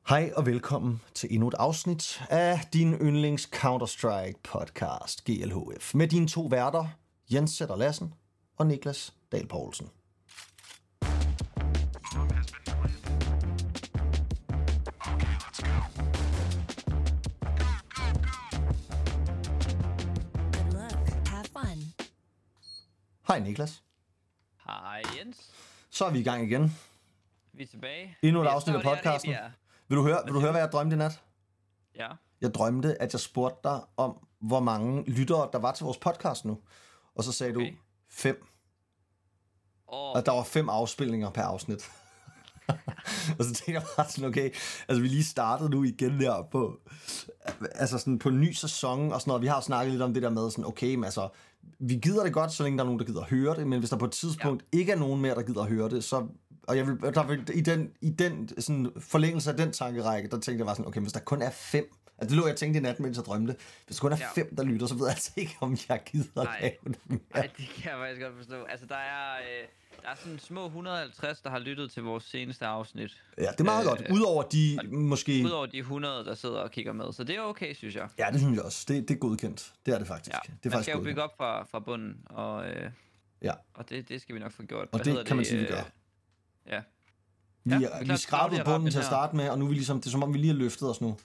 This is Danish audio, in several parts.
Hej og velkommen til endnu et afsnit af din yndlings Counter-Strike podcast GLHF med dine to værter, Jens Sætter Lassen og Niklas Dahl Poulsen. Hej Niklas. Hej Jens. Så er vi i gang igen. Vi er tilbage. Endnu et afsnit af podcasten. Vil du høre, hvad jeg drømte i nat? Ja. Jeg drømte, at jeg spurgte dig om, hvor mange lyttere der var til vores podcast nu. Og så sagde du 5. Og der var 5 afspilninger per afsnit. Og så tænkte jeg bare sådan, okay, altså vi lige startede nu igen der på, altså sådan på en ny sæson og sådan noget. Vi har snakket lidt om det der med sådan, okay, men altså, vi gider det godt, så længe der er nogen, der gider at høre det, men hvis der på et tidspunkt ikke er nogen mere, der gider at høre det, så, og jeg vil, der vil, i den sådan, forlængelse af den tankerække, der tænkte jeg bare sådan, okay, hvis der kun er 5, altså det lå jeg tænkte i natten, mens jeg drømte, hvis der kun er 5, der lytter, så ved jeg altså ikke, om jeg gider at lave det mere. Nej, det kan jeg faktisk godt forstå. Altså der er sådan små 150, der har lyttet til vores seneste afsnit. Ja, det er meget godt. Udover de måske... Udover de 100, der sidder og kigger med. Så det er okay, synes jeg. Ja, det synes jeg også. Det er godkendt. Det er det faktisk. Ja. Det er man skal jo bygge op fra bunden, og det skal vi nok få gjort. Og det kan man sige, vi gør. Ja. Vi skrabede bunden til at starte med, og nu er vi ligesom, det er som om vi lige har løftet os nu.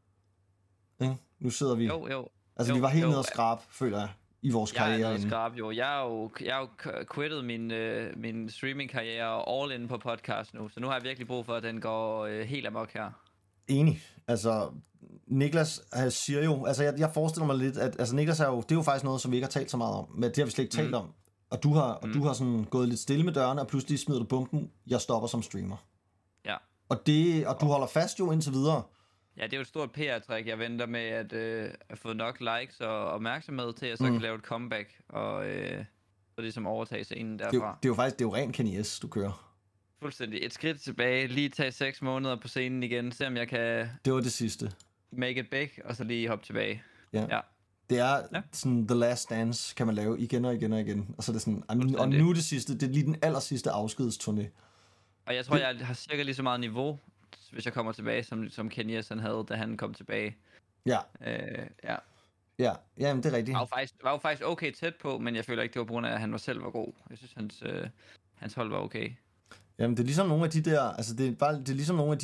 Nu sidder vi... Jo. Altså, vi var helt nede og skrab, føler jeg, i vores karriere. Jeg er jo quittet min streaming-karriere all in på podcast nu, så nu har jeg virkelig brug for, at den går helt amok her. Enig. Altså, Niklas siger jo, altså jeg forestiller mig lidt, at altså Niklas er jo, det er jo faktisk noget, som vi ikke har talt så meget om, men det har vi slet ikke talt om. Og du har sådan gået lidt stille med dørene, og pludselig smider du bomben, jeg stopper som streamer. Ja. Og du holder fast jo indtil videre. Ja, det er jo et stort PR-træk. Jeg venter med at få nok likes og opmærksomhed til, at jeg så kan lave et comeback, og så ligesom overtage scenen derfra. Det er jo ren Kenny S, du kører. Fuldstændig. Et skridt tilbage, lige tage 6 måneder på scenen igen, se om jeg kan... Det var det sidste. Make it big, og så lige hoppe tilbage. Ja. Det er sådan the last dance, kan man lave igen og igen og igen. Og så er det sådan, og nu det sidste, det er lige den aller sidste afskedsturné. Og jeg tror, jeg har cirka lige så meget niveau, hvis jeg kommer tilbage, som Kenny S. han havde, da han kom tilbage. Ja. Ja, jamen det er rigtigt. Var jo faktisk okay tæt på, men jeg føler ikke, det var på grund af, at han selv var god. Jeg synes, hans hold var okay. Jamen det er ligesom nogle af de der, altså det er ligesom nogle af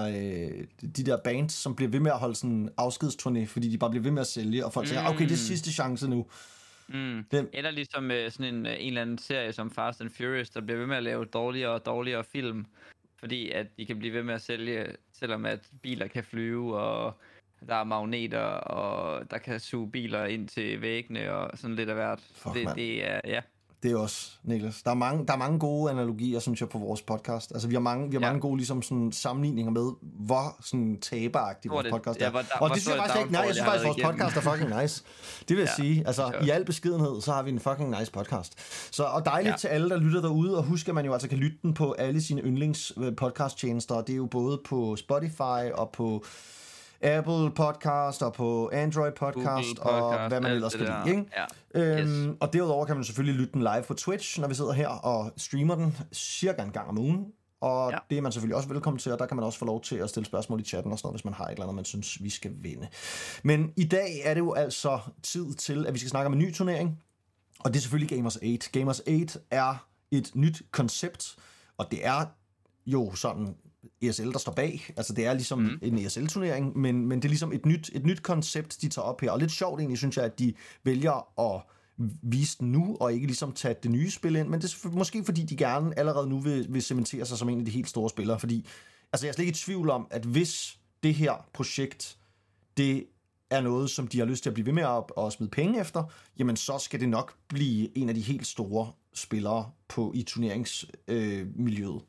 de der bands, som bliver ved med at holde sådan afskedsturné, fordi de bare bliver ved med at sælge, og folk siger, okay, det er sidste chance nu. Eller ligesom sådan en eller anden serie som Fast and Furious, der bliver ved med at lave dårligere og dårligere film, fordi at de kan blive ved med at sælge, selvom at biler kan flyve, og der er magneter, og der kan suge biler ind til væggene, og sådan lidt af hvert. Det er, ja. Det er også, Niklas. Der er mange gode analogier, synes jeg, på vores podcast. Altså, vi har mange gode ligesom, sådan, sammenligninger med, hvor sådan, taberagtig vores podcast er. Og det synes jeg faktisk ikke. Nej, jeg synes faktisk, vores podcast er fucking nice. Det vil jeg sige. Altså, i al beskedenhed, så har vi en fucking nice podcast. Så, og dejligt til alle, der lytter derude. Og husk, at man jo altså kan lytte den på alle sine yndlings podcast-tjenester. Det er jo både på Spotify og på Apple Podcast og på Android Podcast og hvad man ellers kan lide, ikke? Ja. Og derudover kan man selvfølgelig lytte den live på Twitch, når vi sidder her og streamer den cirka en gang om ugen. Og det er man selvfølgelig også velkommen til, og der kan man også få lov til at stille spørgsmål i chatten og sådan noget, hvis man har et eller andet, man synes, vi skal vinde. Men i dag er det jo altså tid til, at vi skal snakke om en ny turnering, og det er selvfølgelig Gamers 8. Gamers 8 er et nyt koncept, og det er jo sådan ESL, der står bag. Altså det er ligesom en ESL-turnering, men det er ligesom et nyt koncept, de tager op her. Og lidt sjovt egentlig, synes jeg, at de vælger at vise den nu, og ikke ligesom tage det nye spil ind, men det er måske fordi, de gerne allerede nu vil cementere sig som en af de helt store spillere, fordi altså jeg er slet ikke i tvivl om, at hvis det her projekt, det er noget, som de har lyst til at blive ved med at smide penge efter, jamen så skal det nok blive en af de helt store spillere i turneringsmiljøet.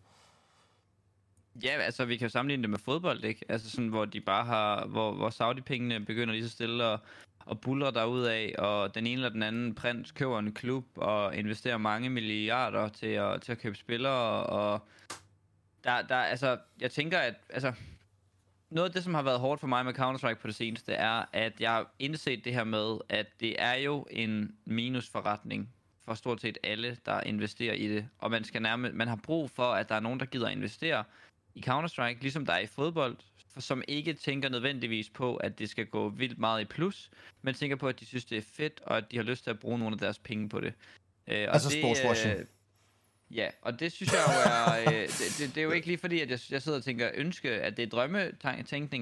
Ja, altså vi kan jo sammenligne det med fodbold, ikke? Altså sådan, hvor de bare har, hvor Saudi-pengene begynder lige så stille og buller derudad, og den ene eller den anden prins køber en klub og investerer mange milliarder til at købe spillere, og der altså, jeg tænker, at altså, noget af det, som har været hårdt for mig med Counter-Strike på det seneste, er, at jeg har indset det her med, at det er jo en minusforretning for stort set alle, der investerer i det, og man har brug for, at der er nogen, der gider at investere i Counter-Strike, ligesom der er i fodbold, som ikke tænker nødvendigvis på, at det skal gå vildt meget i plus, men tænker på, at de synes, det er fedt, og at de har lyst til at bruge nogle af deres penge på det. Altså sportswashing. Ja, og det synes jeg jo er... det er jo ikke lige fordi, at jeg sidder og tænker, at det er drømmetænkning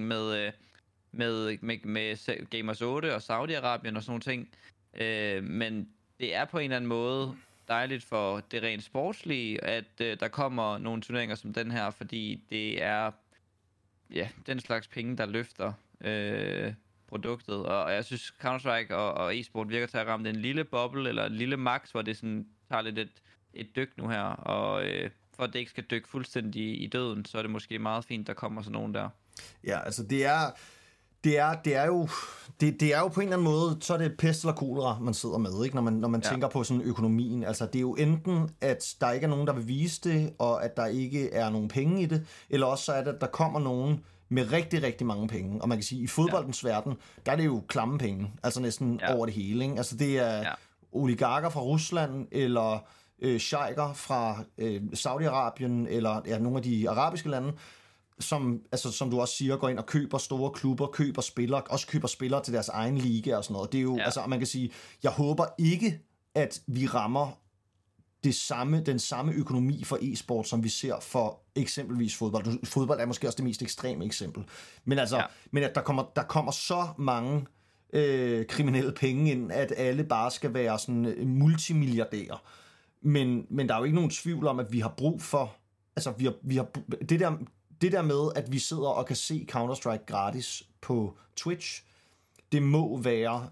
med Gamers 8 og Saudi-Arabien og sådan nogle ting. Men det er på en eller anden måde dejligt for det rent sportslige, at der kommer nogle turneringer som den her, fordi det er den slags penge, der løfter produktet. Og jeg synes, Counter-Strike og e-sport virker til at ramme den lille boble, eller en lille max, hvor det sådan tager lidt et dyk nu her. Og for at det ikke skal dykke fuldstændig i døden, så er det måske meget fint, der kommer sådan nogen der. Ja, altså det er jo på en eller anden måde, så er det pest eller kolera, man sidder med, ikke? Når man tænker på sådan økonomien. Altså det er jo enten, at der ikke er nogen, der vil vise det, og at der ikke er nogen penge i det, eller også så er det, at der kommer nogen med rigtig, rigtig mange penge. Og man kan sige, i fodboldens verden, der er det jo klamme penge, altså næsten over det hele, ikke? Altså det er oligarker fra Rusland, eller sheiker fra Saudi-Arabien, eller nogle af de arabiske lande, som du også siger, går ind og køber store klubber, køber spillere til deres egen liga og sådan noget. Det er jo, altså man kan sige, jeg håber ikke, at vi rammer den samme økonomi for e-sport, som vi ser for eksempelvis fodbold. Fodbold er måske også det mest ekstreme eksempel. Men altså, men at der kommer så mange kriminelle penge ind, at alle bare skal være sådan multimilliardærer. Men der er jo ikke nogen tvivl om, at vi har brug for, altså vi har det der med, at vi sidder og kan se Counter-Strike gratis på Twitch, det må være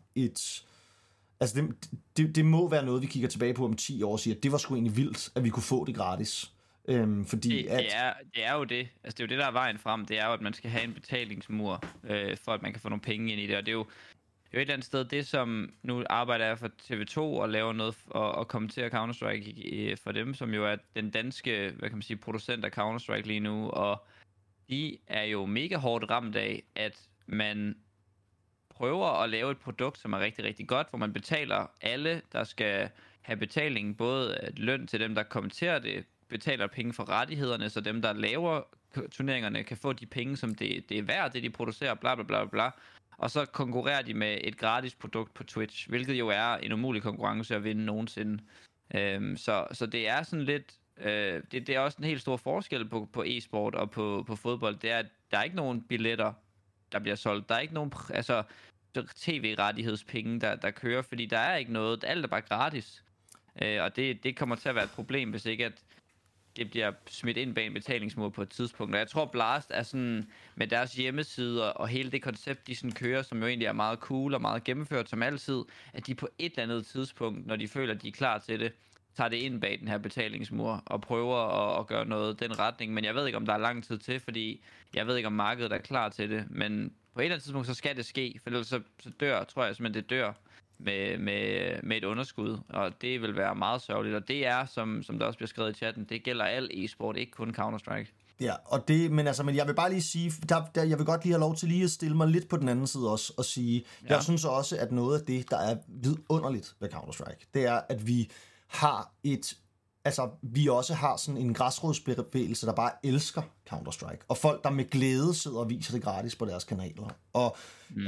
det må være noget, vi kigger tilbage på om 10 år og siger, at det var sgu egentlig vildt, at vi kunne få det gratis. Fordi det er jo det. Altså det er jo det, der er vejen frem. Det er jo, at man skal have en betalingsmur, for at man kan få nogle penge ind i det. Og det er jo et eller andet sted, det som nu arbejder jeg for TV2 og laver noget og kommenterer Counter-Strike for dem, som jo er den danske, hvad kan man sige, producent af Counter-Strike lige nu, og de er jo mega hårdt ramt af, at man prøver at lave et produkt, som er rigtig, rigtig godt, hvor man betaler alle, der skal have betaling, både løn til dem, der kommenterer det, betaler penge for rettighederne, så dem, der laver turneringerne, kan få de penge, som det er værd, det de producerer, bla bla bla bla. Og så konkurrerer de med et gratis produkt på Twitch, hvilket jo er en umulig konkurrence at vinde nogensinde. Så det er sådan lidt... Det er også en helt stor forskel på e-sport og på fodbold. Det er, at der er ikke nogen billetter, der bliver solgt. Der er ikke nogen tv-rettighedspenge, der kører, fordi der er ikke noget. Alt er bare gratis. Og det kommer til at være et problem, hvis ikke at det bliver smidt ind bag en betalingsmur på et tidspunkt. Og jeg tror, Blast er sådan, med deres hjemmesider og hele det koncept, de sådan kører, som jo egentlig er meget cool og meget gennemført som altid, at de på et eller andet tidspunkt, når de føler, at de er klar til det, tager det ind bag den her betalingsmur og prøver at gøre noget den retning. Men jeg ved ikke, om der er lang tid til, fordi jeg ved ikke, om markedet er klar til det. Men på et eller andet tidspunkt, så skal det ske, for ellers så tror jeg simpelthen, det dør med et underskud, og det vil være meget sørgeligt. Og det er, som der også bliver skrevet i chatten, det gælder al e-sport, ikke kun Counter-Strike. Ja, og men jeg vil bare lige sige, jeg vil godt lige have lov til lige at stille mig lidt på den anden side også, og sige, jeg synes også, at noget af det, der er vidunderligt ved Counter-Strike, det er, at vi har vi også har sådan en græsrodsbevægelse, der bare elsker Counter-Strike, og folk, der med glæde sidder og viser det gratis på deres kanaler. Og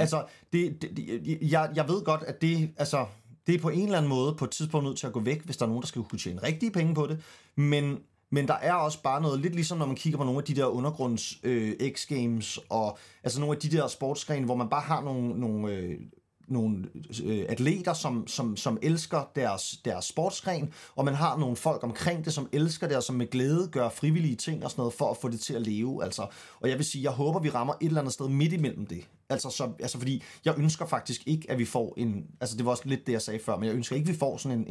jeg ved godt, at det er på en eller anden måde på et tidspunkt nødt til at gå væk, hvis der er nogen, der skal kunne tjene rigtige penge på det, men der er også bare noget, lidt ligesom når man kigger på nogle af de der undergrunds X-Games, og altså nogle af de der sportsgrene, hvor man bare har nogle atleter, som elsker deres sportsgren, og man har nogle folk omkring det, som elsker det, og som med glæde gør frivillige ting og sådan noget, for at få det til at leve. Altså. Og jeg vil sige, jeg håber, vi rammer et eller andet sted midt imellem det. Altså fordi jeg ønsker faktisk ikke, at vi får det var også lidt det, jeg sagde før, men jeg ønsker ikke, at vi får sådan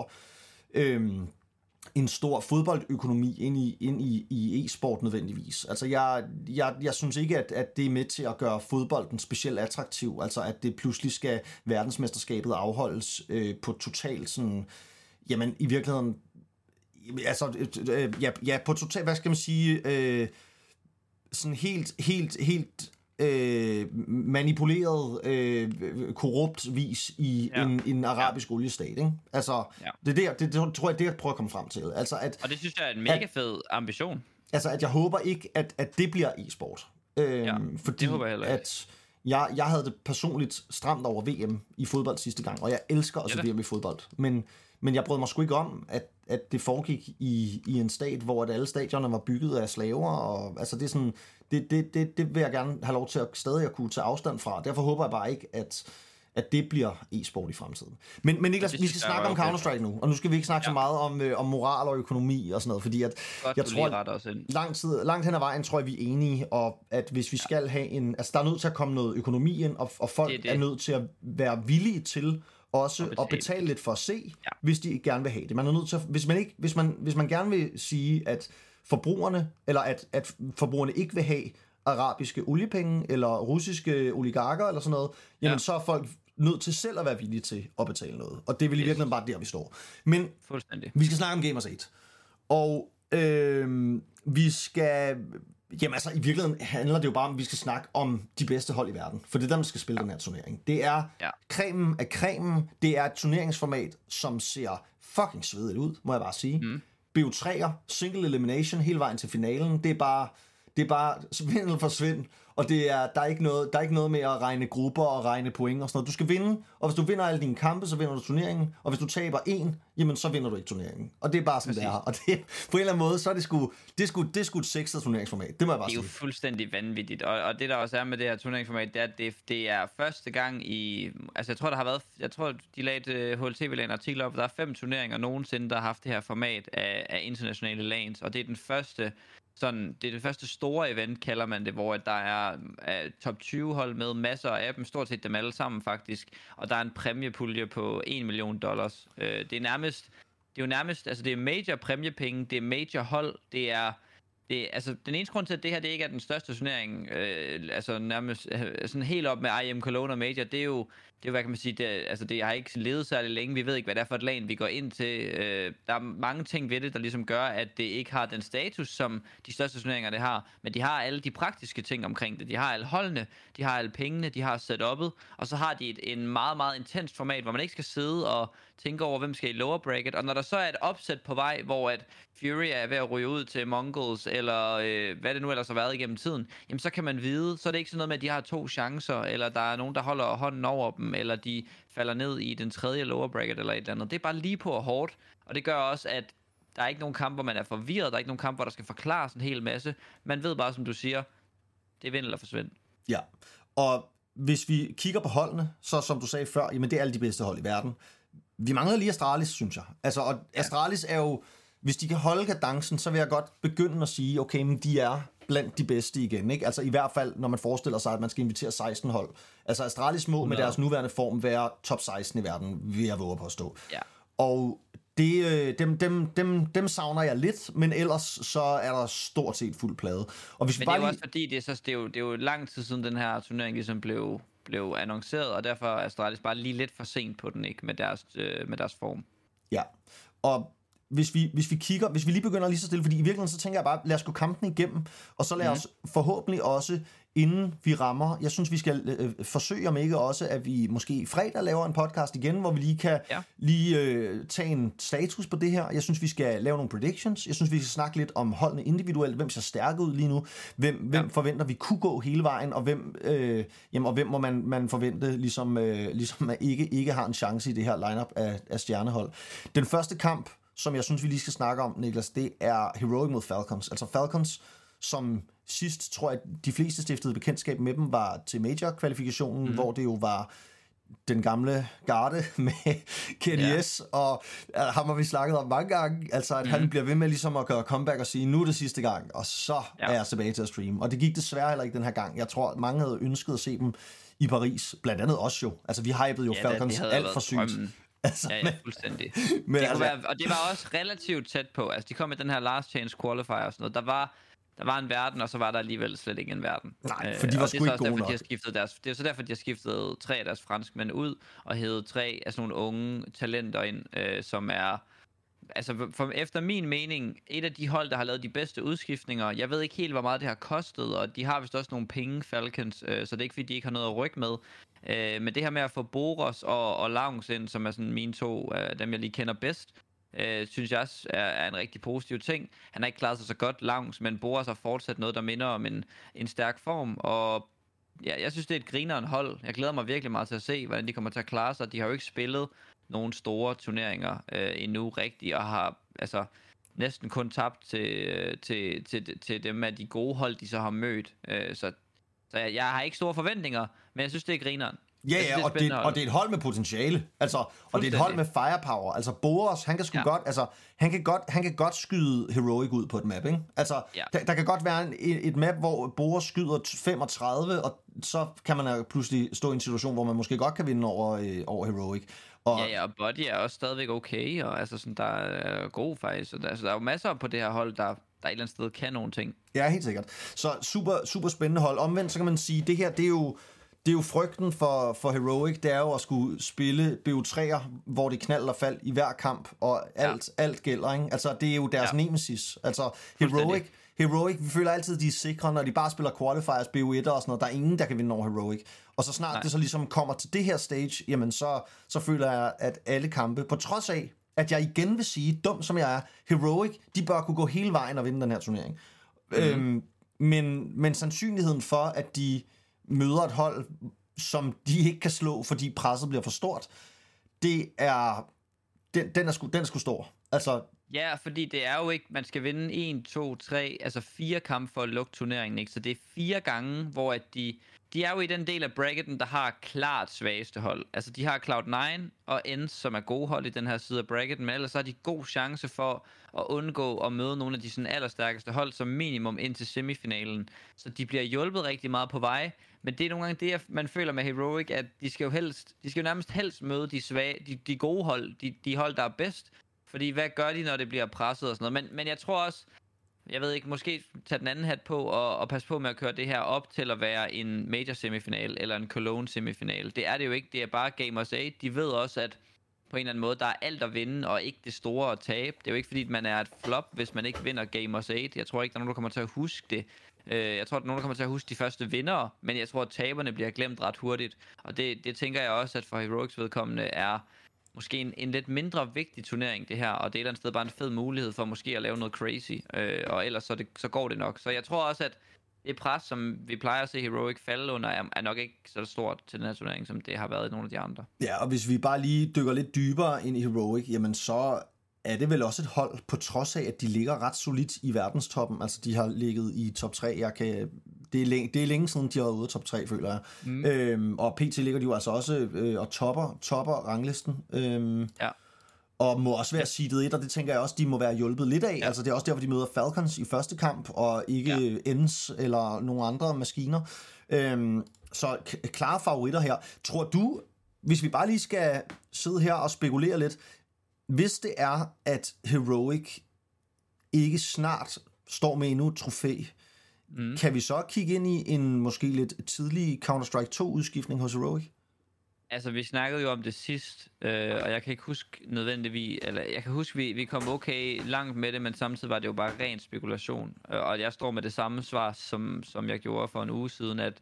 en stor fodboldøkonomi ind i e-sport nødvendigvis. Altså jeg synes ikke, at det er med til at gøre fodbolden specielt attraktiv, altså at det pludselig skal verdensmesterskabet afholdes på totalt sådan, jamen i virkeligheden, på totalt, hvad skal man sige, sådan helt manipuleret, korrupt vis i en arabisk oliestat, ikke? Altså, det tror jeg, det jeg prøver at komme frem til. Altså, og det synes jeg er en mega fed ambition. Altså, at jeg håber ikke, at det bliver e-sport. Fordi det håber jeg heller ikke. at jeg havde det personligt stramt over VM i fodbold sidste gang, og jeg elsker også VM i fodbold. Men jeg brød mig sgu ikke om, at det foregik i en stat, hvor at alle stadioner var bygget af slaver, og altså det er sådan, det vil jeg gerne have lov til at stadig at kunne tage afstand fra. Derfor håber jeg bare ikke, at det bliver e-sport i fremtiden. Men Niklas, vi skal snakke om Counter-Strike nu, og nu skal vi ikke snakke så meget om moral og økonomi og sådan noget, fordi at jeg tror, langt hen ad vejen tror jeg, vi er enige, og at hvis vi skal have der er nødt til at komme noget økonomi ind, og folk er nødt til at være villige til også at betale lidt for at se, hvis de gerne vil have det. Man er nødt til at, hvis man gerne vil sige, at forbrugerne, eller at forbrugerne ikke vil have arabiske oliepenge, eller russiske oligarker, eller sådan noget, jamen så er folk nødt til selv at være villige til at betale noget. Og det er vel i virkeligheden bare der, vi står. Men vi skal snakke om Gamers 8. Og vi skal... Jamen altså, i virkeligheden handler det jo bare om, at vi skal snakke om de bedste hold i verden. For det er dem, der skal spille den her turnering. Det er cremen af cremen. Det er et turneringsformat, som ser fucking svedigt ud, må jeg bare sige. BO3'er, single elimination, hele vejen til finalen. Det er bare svindel for svind. Og der er ikke noget med at regne grupper og regne point og sådan noget. Du skal vinde, og hvis du vinder alle dine kampe, så vinder du turneringen. Og hvis du taber en, jamen så vinder du ikke turneringen. Og det er bare sådan, det er. Og det, på en eller anden måde, så er det sgu et sexet turneringsformat. Det må jeg bare sige. Det er jo fuldstændig vanvittigt. Og det der også er med det her turneringsformat, det er, at det er første gang i... Altså jeg tror, de lagde HLTV en artikel op, der er 5 turneringer nogensinde, der har haft det her format af internationale lanes. Og det er den første... det er det første store event, kalder man det, hvor der er top 20 hold med, masser af dem, stort set dem alle sammen faktisk, og der er en præmiepulje på $1 million. Det er jo nærmest, altså det er major præmiepenge, det er major hold, altså den eneste grund til, at det her det ikke er den største turnering, altså nærmest sådan helt op med IM Cologne og Major, det er jo hvad kan man sige, det har ikke levet særlig længe, vi ved ikke, hvad det er for et lag, vi går ind til. Der er mange ting ved det, der ligesom gør, at det ikke har den status, som de største turneringer det har, men de har alle de praktiske ting omkring det. De har alle holdene, de har alle pengene, de har setup'et, og så har de en meget, meget intens format, hvor man ikke skal sidde og tænke over, hvem skal i lower bracket, og når der så er et opsæt på vej, hvor at Fury er ved at ryge ud til Mongols, eller hvad det nu ellers har været igennem tiden, jamen så kan man vide, så er det ikke sådan noget med, at de har 2 chancer, eller der er nogen, der holder hånden over dem, eller de falder ned i den 3. lower bracket, eller et eller andet. Det er bare lige på og hårdt, og det gør også, at der er ikke nogen kamp, hvor man er forvirret, der er ikke nogen kamp, hvor der skal forklares en hel masse. Man ved bare, som du siger, det er vind eller forsvind. Ja, og hvis vi kigger på holdene, så som du sagde før, jamen det er alle de bedste hold i verden. Vi mangler lige Astralis, synes jeg. Altså, og Astralis er jo, hvis de kan holde kadencen, så vil jeg godt begynde at sige, okay, men de er blandt de bedste igen, ikke? Altså i hvert fald, når man forestiller sig, at man skal invitere 16 hold. Altså Astralis må med deres nuværende form være top 16 i verden, vil jeg våge på at stå. Ja. Og dem savner jeg lidt, men ellers så er der stort set fuld plade. Og hvis men det er jo også fordi, det er jo lang tid siden den her turnering ligesom blev annonceret, og derfor er Astralis bare lige lidt for sent på den, ikke, med deres form. Ja, og hvis vi lige begynder lige så stille, fordi i virkeligheden så tænker jeg bare, lad os gå kampen igennem, og så lad os forhåbentlig også, inden vi rammer, jeg synes vi skal forsøge om ikke også, at vi måske fredag laver en podcast igen, hvor vi lige kan tage en status på det her. Jeg synes vi skal lave nogle predictions, jeg synes vi skal snakke lidt om holdene individuelt, hvem ser stærke ud lige nu, hvem forventer vi kunne gå hele vejen, og hvem må man forvente ligesom at ikke har en chance i det her lineup af stjernehold. Den første kamp, som jeg synes, vi lige skal snakke om, Niklas, det er Heroic mod Falcons. Altså Falcons, som sidst, tror jeg, de fleste stiftede bekendtskab med dem, var til Major-kvalifikationen, hvor det jo var den gamle garde med KDS, og ham har vi snakket om mange gange, altså at han bliver ved med ligesom at gøre comeback og sige, nu er det sidste gang, og så er jeg tilbage til at streame. Og det gik desværre heller ikke den her gang. Jeg tror, at mange havde ønsket at se dem i Paris, blandt andet også jo. Altså vi hypede jo Falcons alt for sygt. Altså, ja, fuldstændig. Men og det var også relativt tæt på. Altså, de kom med den her last chance qualifier og sådan noget. Der var en verden, og så var der alligevel slet ikke en verden. Nej, for de var sgu ikke gode nok. Det er så derfor, de har skiftet 3 af deres franskmænd ud, og hævet 3 af sådan nogle unge talenter ind, som er... Altså, efter min mening, et af de hold, der har lavet de bedste udskiftninger. Jeg ved ikke helt, hvor meget det har kostet, og de har vist også nogle penge, Falcons, så det er ikke, fordi de ikke har noget at rykke med. Men det her med at få Boros og Laungs ind, som er sådan mine 2, dem jeg lige kender bedst, synes jeg er en rigtig positiv ting. Han har ikke klaret sig så godt langs, men Boras har fortsat noget, der minder om en stærk form, og ja, jeg synes, det er et grineren hold. Jeg glæder mig virkelig meget til at se, hvordan de kommer til at klare sig. De har jo ikke spillet nogle store turneringer endnu rigtigt, og har altså næsten kun tabt til dem af de gode hold, de så har mødt. Så jeg har ikke store forventninger, men jeg synes, det er grineren. Ja, og det er et hold med potentiale, altså, og det er et hold med firepower. Altså Boras, han kan sgu godt, altså han kan godt skyde Heroic ud på et map, ikke? Altså der kan godt være et map, hvor Boras skyder 35, og så kan man pludselig stå i en situation, hvor man måske godt kan vinde over Heroic. Og Body er også stadigvæk okay, og altså sådan, der er god faktisk. Altså, der er jo masser på det her hold, der et eller andet sted kan nogle ting. Ja, helt sikkert. Så super spændende hold. Omvendt så kan man sige, det her, det er jo frygten for Heroic, det er jo at skulle spille BO3'er, hvor det knalder og faldt i hver kamp, og alt gælder, ikke? Altså, det er jo deres nemesis. Altså, Heroic, vi føler altid, de er sikre, når de bare spiller qualifiers, BO1'er og sådan noget. Der er ingen, der kan vinde over Heroic. Og så snart det så ligesom kommer til det her stage, jamen så føler jeg, at alle kampe, på trods af, at jeg igen vil sige, dum som jeg er, Heroic, de bør kunne gå hele vejen og vinde den her turnering. Men sandsynligheden for, at de møder et hold, som de ikke kan slå, fordi presset bliver for stort, den er sgu stor. Altså, ja, fordi det er jo ikke, man skal vinde 1, 2, 3, altså 4 kampe for at lukke turneringen, ikke? Så det er 4 gange, hvor at de er jo i den del af bracketen, der har klart svageste hold. Altså de har Cloud9 og ENCE, som er gode hold i den her side af bracketen, men ellers har de god chance for at undgå at møde nogle af de sådan allerstærkeste hold som minimum ind til semifinalen. Så de bliver hjulpet rigtig meget på vej, men det er nogle gange det, man føler med Heroic, at de skal jo nærmest helst møde de svage, de gode hold, de hold, der er bedst. Fordi hvad gør de, når det bliver presset og sådan noget? Men jeg tror også, jeg ved ikke, måske tage den anden hat på og passe på med at køre det her op til at være en major semifinal eller en Cologne semifinal. Det er det jo ikke, det er bare Gamers 8. De ved også, at på en eller anden måde, der er alt at vinde og ikke det store at tabe. Det er jo ikke fordi, man er et flop, hvis man ikke vinder Gamers 8. Jeg tror ikke, der er nogen, der kommer til at huske det. Jeg tror, at nogen, der kommer til at huske de første vindere, men jeg tror, at taberne bliver glemt ret hurtigt. Og det tænker jeg også, at for Heroics vedkommende er måske en lidt mindre vigtig turnering, det her, og det er et eller andet sted bare en fed mulighed for måske at lave noget crazy, og ellers så går det nok. Så jeg tror også, at det pres, som vi plejer at se Heroic falde under, er nok ikke så stort til den her turnering, som det har været i nogle af de andre. Ja, og hvis vi bare lige dykker lidt dybere ind i Heroic, jamen så er det vel også et hold, på trods af, at de ligger ret solidt i verdenstoppen. Altså, de har ligget i top 3. Det er længe siden, de har været ude af top 3, føler jeg. Og PT ligger de jo altså også og topper ranglisten. Og må også være seedet 1, og det tænker jeg også, de må være hjulpet lidt af. Ja. Altså, det er også derfor, de møder Falcons i første kamp, og ikke ENCE eller nogle andre maskiner. Så klare favoritter her. Tror du, hvis vi bare lige skal sidde her og spekulere lidt, hvis det er, at Heroic ikke snart står med endnu et trofæ, kan vi så kigge ind i en måske lidt tidlig Counter-Strike 2-udskiftning hos Heroic? Altså, vi snakkede jo om det sidst, og jeg kan ikke huske nødvendigvis, eller jeg kan huske, vi kom okay langt med det, men samtidig var det jo bare ren spekulation. Og jeg står med det samme svar, som jeg gjorde for en uge siden, at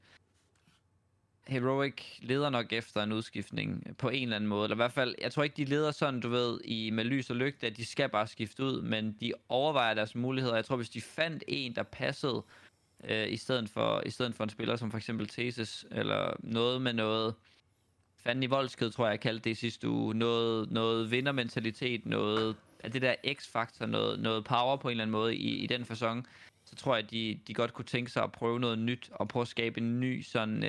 Heroic leder nok efter en udskiftning på en eller anden måde. Eller i hvert fald, jeg tror ikke, de leder sådan, du ved, med lys og lygte, at de skal bare skifte ud, men de overvejer deres muligheder. Jeg tror, hvis de fandt en, der passede, i stedet for en spiller som for eksempel Thesis, eller noget med noget fanden i voldsked, tror jeg kaldte det sidste uge, noget vindermentalitet, noget af det der x-faktor, noget power på en eller anden måde i den facon, så tror jeg, at de godt kunne tænke sig at prøve noget nyt, og prøve at skabe en ny sådan,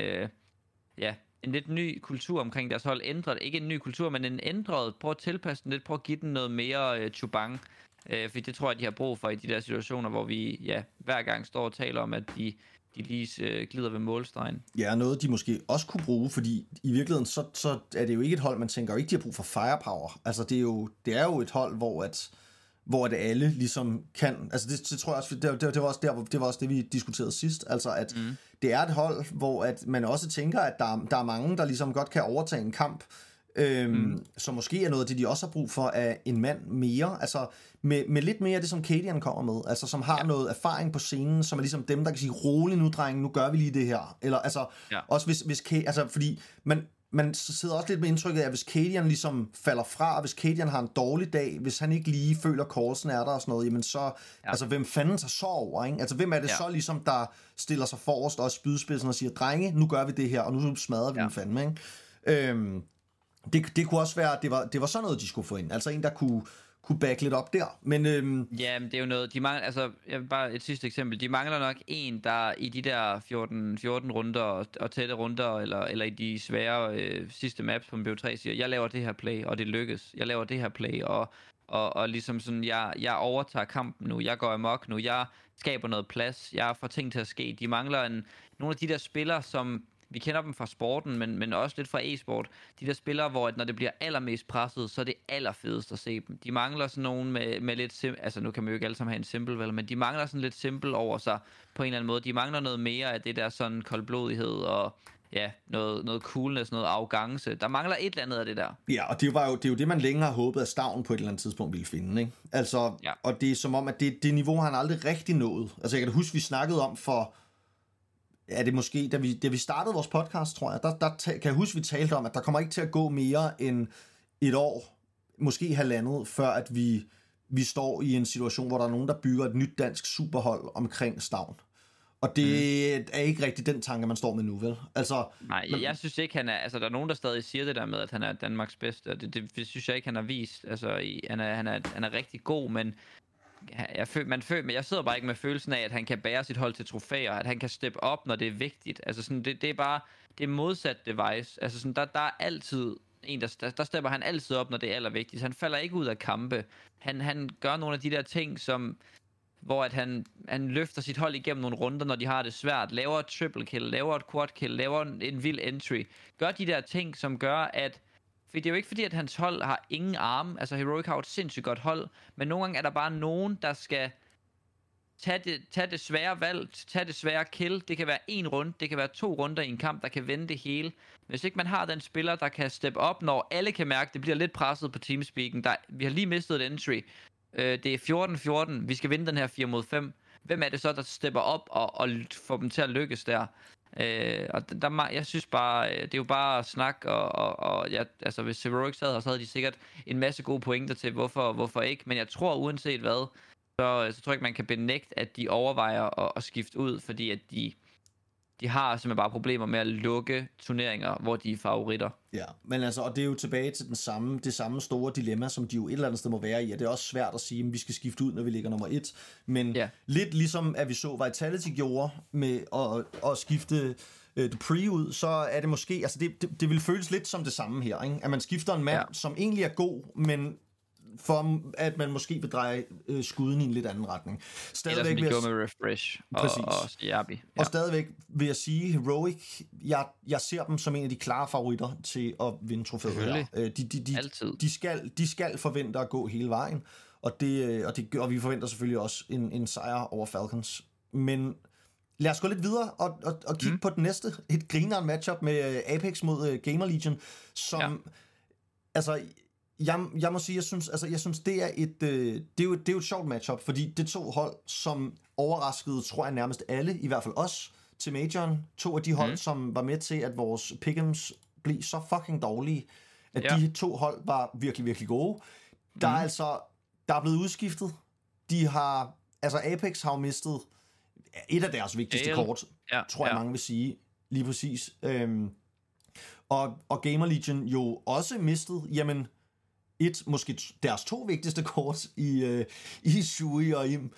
en lidt ny kultur omkring deres hold. Ikke en ny kultur, men en ændret, prøve at tilpasse den lidt, prøve at give den noget mere chubang, for det tror jeg, de har brug for i de der situationer, hvor vi hver gang står og taler om, at de lige glider ved målstregen. Ja, noget de måske også kunne bruge, fordi i virkeligheden så er det jo ikke et hold, man tænker jo ikke, de har brug for firepower. Altså det er jo et hold, hvor at alle ligesom kan, altså det tror jeg også, det var også det, vi diskuterede sidst, altså at det er et hold, hvor at man også tænker, at der er mange, der ligesom godt kan overtage en kamp, så måske er noget af det, de også har brug for, af en mand mere, altså med lidt mere af det, som Cadian kommer med, altså som har noget erfaring på scenen, som er ligesom dem, der kan sige, rolig nu, drenge, nu gør vi lige det her, eller altså, også hvis altså fordi man sidder også lidt med indtrykket af, at hvis Cadian ligesom falder fra, og hvis Cadian har en dårlig dag, hvis han ikke lige føler, Coulson er der og sådan noget, jamen så, altså hvem fanden tager så over, ikke? Altså hvem er det så ligesom, der stiller sig forrest og spydspidsen og siger, drenge, nu gør vi det her, og nu smadrer vi den fandme, ikke? Det kunne også være, det var sådan noget, de skulle få ind. Altså en, der kunne back lidt op der. Men ja, men det er jo noget, de mangler, altså, jeg vil bare et sidste eksempel, de mangler nok en, der i de der 14 runder og tætte runder, eller i de svære sidste maps på en BO3 siger, jeg laver det her play, og det lykkes. Jeg laver det her play, og ligesom sådan, jeg overtager kampen nu, jeg går amok nu, jeg skaber noget plads, jeg får ting til at ske. De mangler nogle af de der spillere, som vi kender dem fra sporten, men også lidt fra e-sport. De der spillere, hvor når det bliver allermest presset, så er det allerfedest at se dem. De mangler sådan nogen med lidt altså nu kan man jo ikke alle sammen have en simpel, vel, men de mangler sådan lidt simpel over sig på en eller anden måde. De mangler noget mere af det der sådan koldblodighed og ja, noget coolness, noget arrogance. Der mangler et eller andet af det der. Ja, og det er jo det, man længe har håbet, at Stavn på et eller andet tidspunkt ville finde, ikke? Altså, og det er som om, at det niveau har han aldrig rigtig nået. Altså, jeg kan huske, vi snakkede om for... Ja, det måske, da vi startede vores podcast, tror jeg, der kan jeg huske, vi talte om, at der kommer ikke til at gå mere end et år, måske halvandet, før at vi står i en situation, hvor der er nogen, der bygger et nyt dansk superhold omkring Stavn. Og det er ikke rigtig den tanke, man står med nu, vel? Altså, nej, jeg synes ikke, han er... Altså, der er nogen, der stadig siger det der med, at han er Danmarks bedste, og det synes jeg ikke, han har vist. Altså, han er rigtig god, men... Jeg sidder bare ikke med følelsen af, at han kan bære sit hold til trofæer, at han kan steppe op, når det er vigtigt. Altså sådan, det er bare det er modsat device. Altså sådan, der er altid en, der stepper han altid op, når det er allervigtigst. Han falder ikke ud af kampe. Han gør nogle af de der ting, hvor at han løfter sit hold igennem nogle runder, når de har det svært, laver et triple kill, laver et quad kill, laver en vild entry. Gør de der ting, som gør, at... For det er jo ikke fordi, at hans hold har ingen arme. Altså Heroic har et sindssygt godt hold. Men nogle gange er der bare nogen, der skal tage det svære valg, tage det svære kill. Det kan være en runde, det kan være 2 runder i en kamp, der kan vende det hele. Hvis ikke man har den spiller, der kan steppe op, når alle kan mærke, det bliver lidt presset på teamspeaken. Vi har lige mistet et entry. Det er 14-14. Vi skal vinde den her 4 mod 5. Hvem er det så, der stepper op og får dem til at lykkes der? Og jeg synes bare, det er jo bare snak, og altså hvis Heroic sad her, så havde de sikkert en masse gode pointer til, hvorfor ikke. Men jeg tror, uanset hvad, så tror jeg ikke, man kan benægte, at de overvejer at skifte ud, fordi at de har simpelthen bare problemer med at lukke turneringer, hvor de er favoritter. Ja, men altså, og det er jo tilbage til det samme store dilemma, som de jo et eller andet sted må være i, og det er også svært at sige, at vi skal skifte ud, når vi ligger nummer 1, men lidt ligesom, at vi så Vitality gjorde med at skifte Dupree ud, så er det måske, altså det vil føles lidt som det samme her, ikke? At man skifter en mand, som egentlig er god, men for at man måske vil dreje skuden i en lidt anden retning. Stadigvæk eller som de med Refresh og Siabi. Ja. Og stadigvæk vil jeg sige, Heroic, jeg ser dem som en af de klare favoritter til at vinde trofæet her. De skal forvente at gå hele vejen, og vi forventer selvfølgelig også en sejr over Falcons. Men lad os gå lidt videre og kigge på den næste. Et grineren matchup med Apex mod Gamer Legion, som... Altså... Jeg må sige, jeg synes det er jo et sjovt matchup, fordi det 2 hold, som overraskede, tror jeg nærmest alle, i hvert fald os, til majoren. 2 af de hold, som var med til, at vores pick'ems blev så fucking dårlige, at de 2 hold var virkelig, virkelig gode. Der er blevet udskiftet. Apex har jo mistet et af deres vigtigste kort, tror jeg mange vil sige, lige præcis. Og Gamer Legion jo også mistet, jamen, måske deres 2 vigtigste kort i Shui og Im.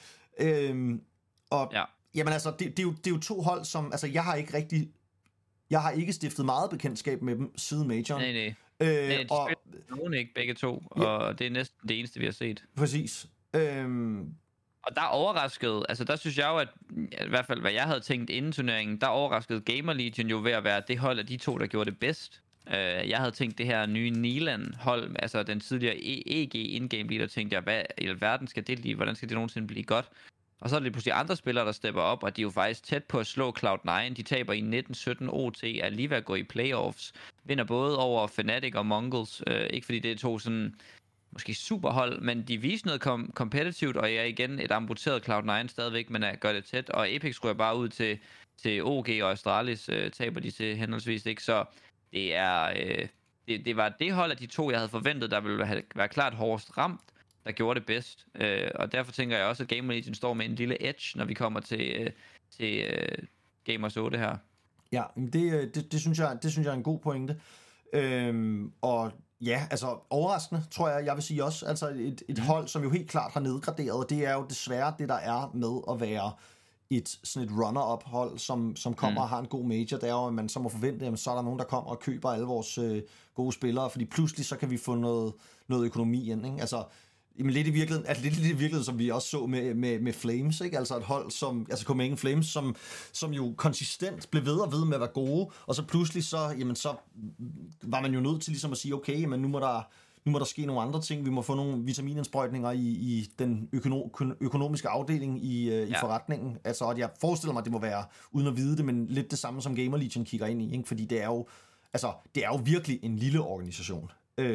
Jamen altså, det er jo 2 hold, som, altså jeg har ikke stiftet meget bekendtskab med dem siden majoren. Nej, de spiller nogen ikke begge 2, og det er næsten det eneste, vi har set. Præcis. Og der overraskede, altså der synes jeg jo, at i hvert fald, hvad jeg havde tænkt inden turneringen, der overraskede Gamer Legion jo ved at være det hold af de 2, der gjorde det bedst. Jeg havde tænkt det her nye Nilan-hold, altså den tidligere EG in-game leader, tænkte jeg, hvad i alverden skal det lige, hvordan skal det nogensinde blive godt? Og så er det pludselig andre spillere, der stepper op, og de er jo faktisk tæt på at slå Cloud9. De taber i 19-17 OT, er lige ved at gå i playoffs, vinder både over Fnatic og Mongols, ikke fordi det er 2 sådan, måske superhold, men de viser noget competitivt, og er igen et amputeret Cloud9 stadigvæk, men gør det tæt, og Apex ryger bare ud til OG og Astralis, taber de til henholdsvis, ikke? Så det er... Det var det hold af de to, jeg havde forventet, der ville være klart hårdest ramt, der gjorde det bedst. Og derfor tænker jeg også, at Gamer Legion står med en lille edge, når vi kommer til Gamers 8 her. Ja, det synes jeg er en god pointe. Og ja, altså overraskende, tror jeg vil sige også. Altså et hold, som jo helt klart har nedgraderet, det er jo desværre det, der er med at være sådan et runner-up hold, som kommer og har en god major. Det er jo, at man så må forvente, at så er der nogen, der kommer og køber alle vores gode spillere, fordi pludselig så kan vi få noget økonomi ind, ikke? Altså, lidt i virkeligheden, som vi også så med Flames, ikke? Altså et hold som, altså Copenhagen Flames, som jo konsistent blev ved med at være gode, og så pludselig så var man jo nødt til ligesom at sige, okay, men nu må der ske nogle andre ting, vi må få nogle vitaminindsprøjtninger i den økonomiske afdeling i forretningen. Altså, og jeg forestiller mig, at det må være, uden at vide det, men lidt det samme, som Gamer Legion kigger ind i, ikke? Fordi det er jo virkelig en lille organisation.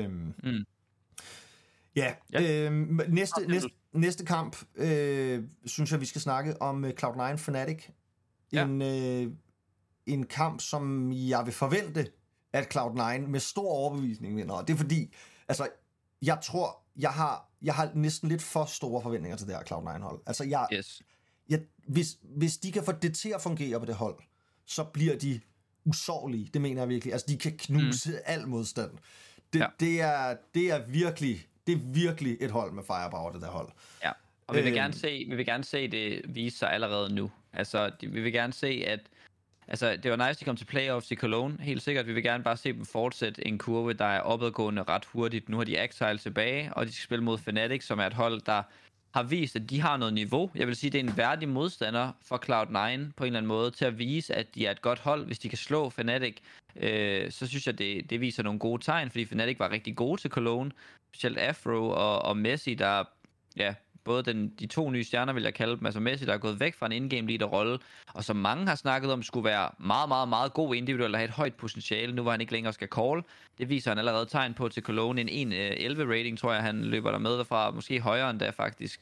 Ja, næste kamp, synes jeg, vi skal snakke om Cloud9 Fnatic. En kamp, som jeg vil forvente, at Cloud9 med stor overbevisning vinder. Og det er fordi, altså, jeg tror, jeg har næsten lidt for store forventninger til det her Cloud9-hold. Altså, hvis de kan få det til at fungere på det hold, så bliver de usårlige. Det mener jeg virkelig. Altså, de kan knuse al modstand. Det er virkelig et hold med firepower, det der hold. Ja, og vi vil gerne se det vise sig allerede nu. Altså, vi vil gerne se, at altså, det var nice, at de kom til playoffs i Cologne, helt sikkert. Vi vil gerne bare se dem fortsætte en kurve, der er opadgående ret hurtigt. Nu har de Exile tilbage, og de skal spille mod Fnatic, som er et hold, der har vist, at de har noget niveau. Jeg vil sige, det er en værdig modstander for Cloud9 på en eller anden måde, til at vise, at de er et godt hold. Hvis de kan slå Fnatic, så synes jeg, det viser nogle gode tegn, fordi Fnatic var rigtig gode til Cologne. Specielt Afro og Messi, der både de to nye stjerner, vil jeg kalde dem, altså Messi, der er gået væk fra en in-game leader-rolle, og som mange har snakket om, skulle være meget, meget, meget god individuelt og have et højt potentiale. Nu var han ikke længere skal call. Det viser han allerede tegn på til Cologne. En 1-11 rating, tror jeg, han løber der med derfra. Måske højere end der faktisk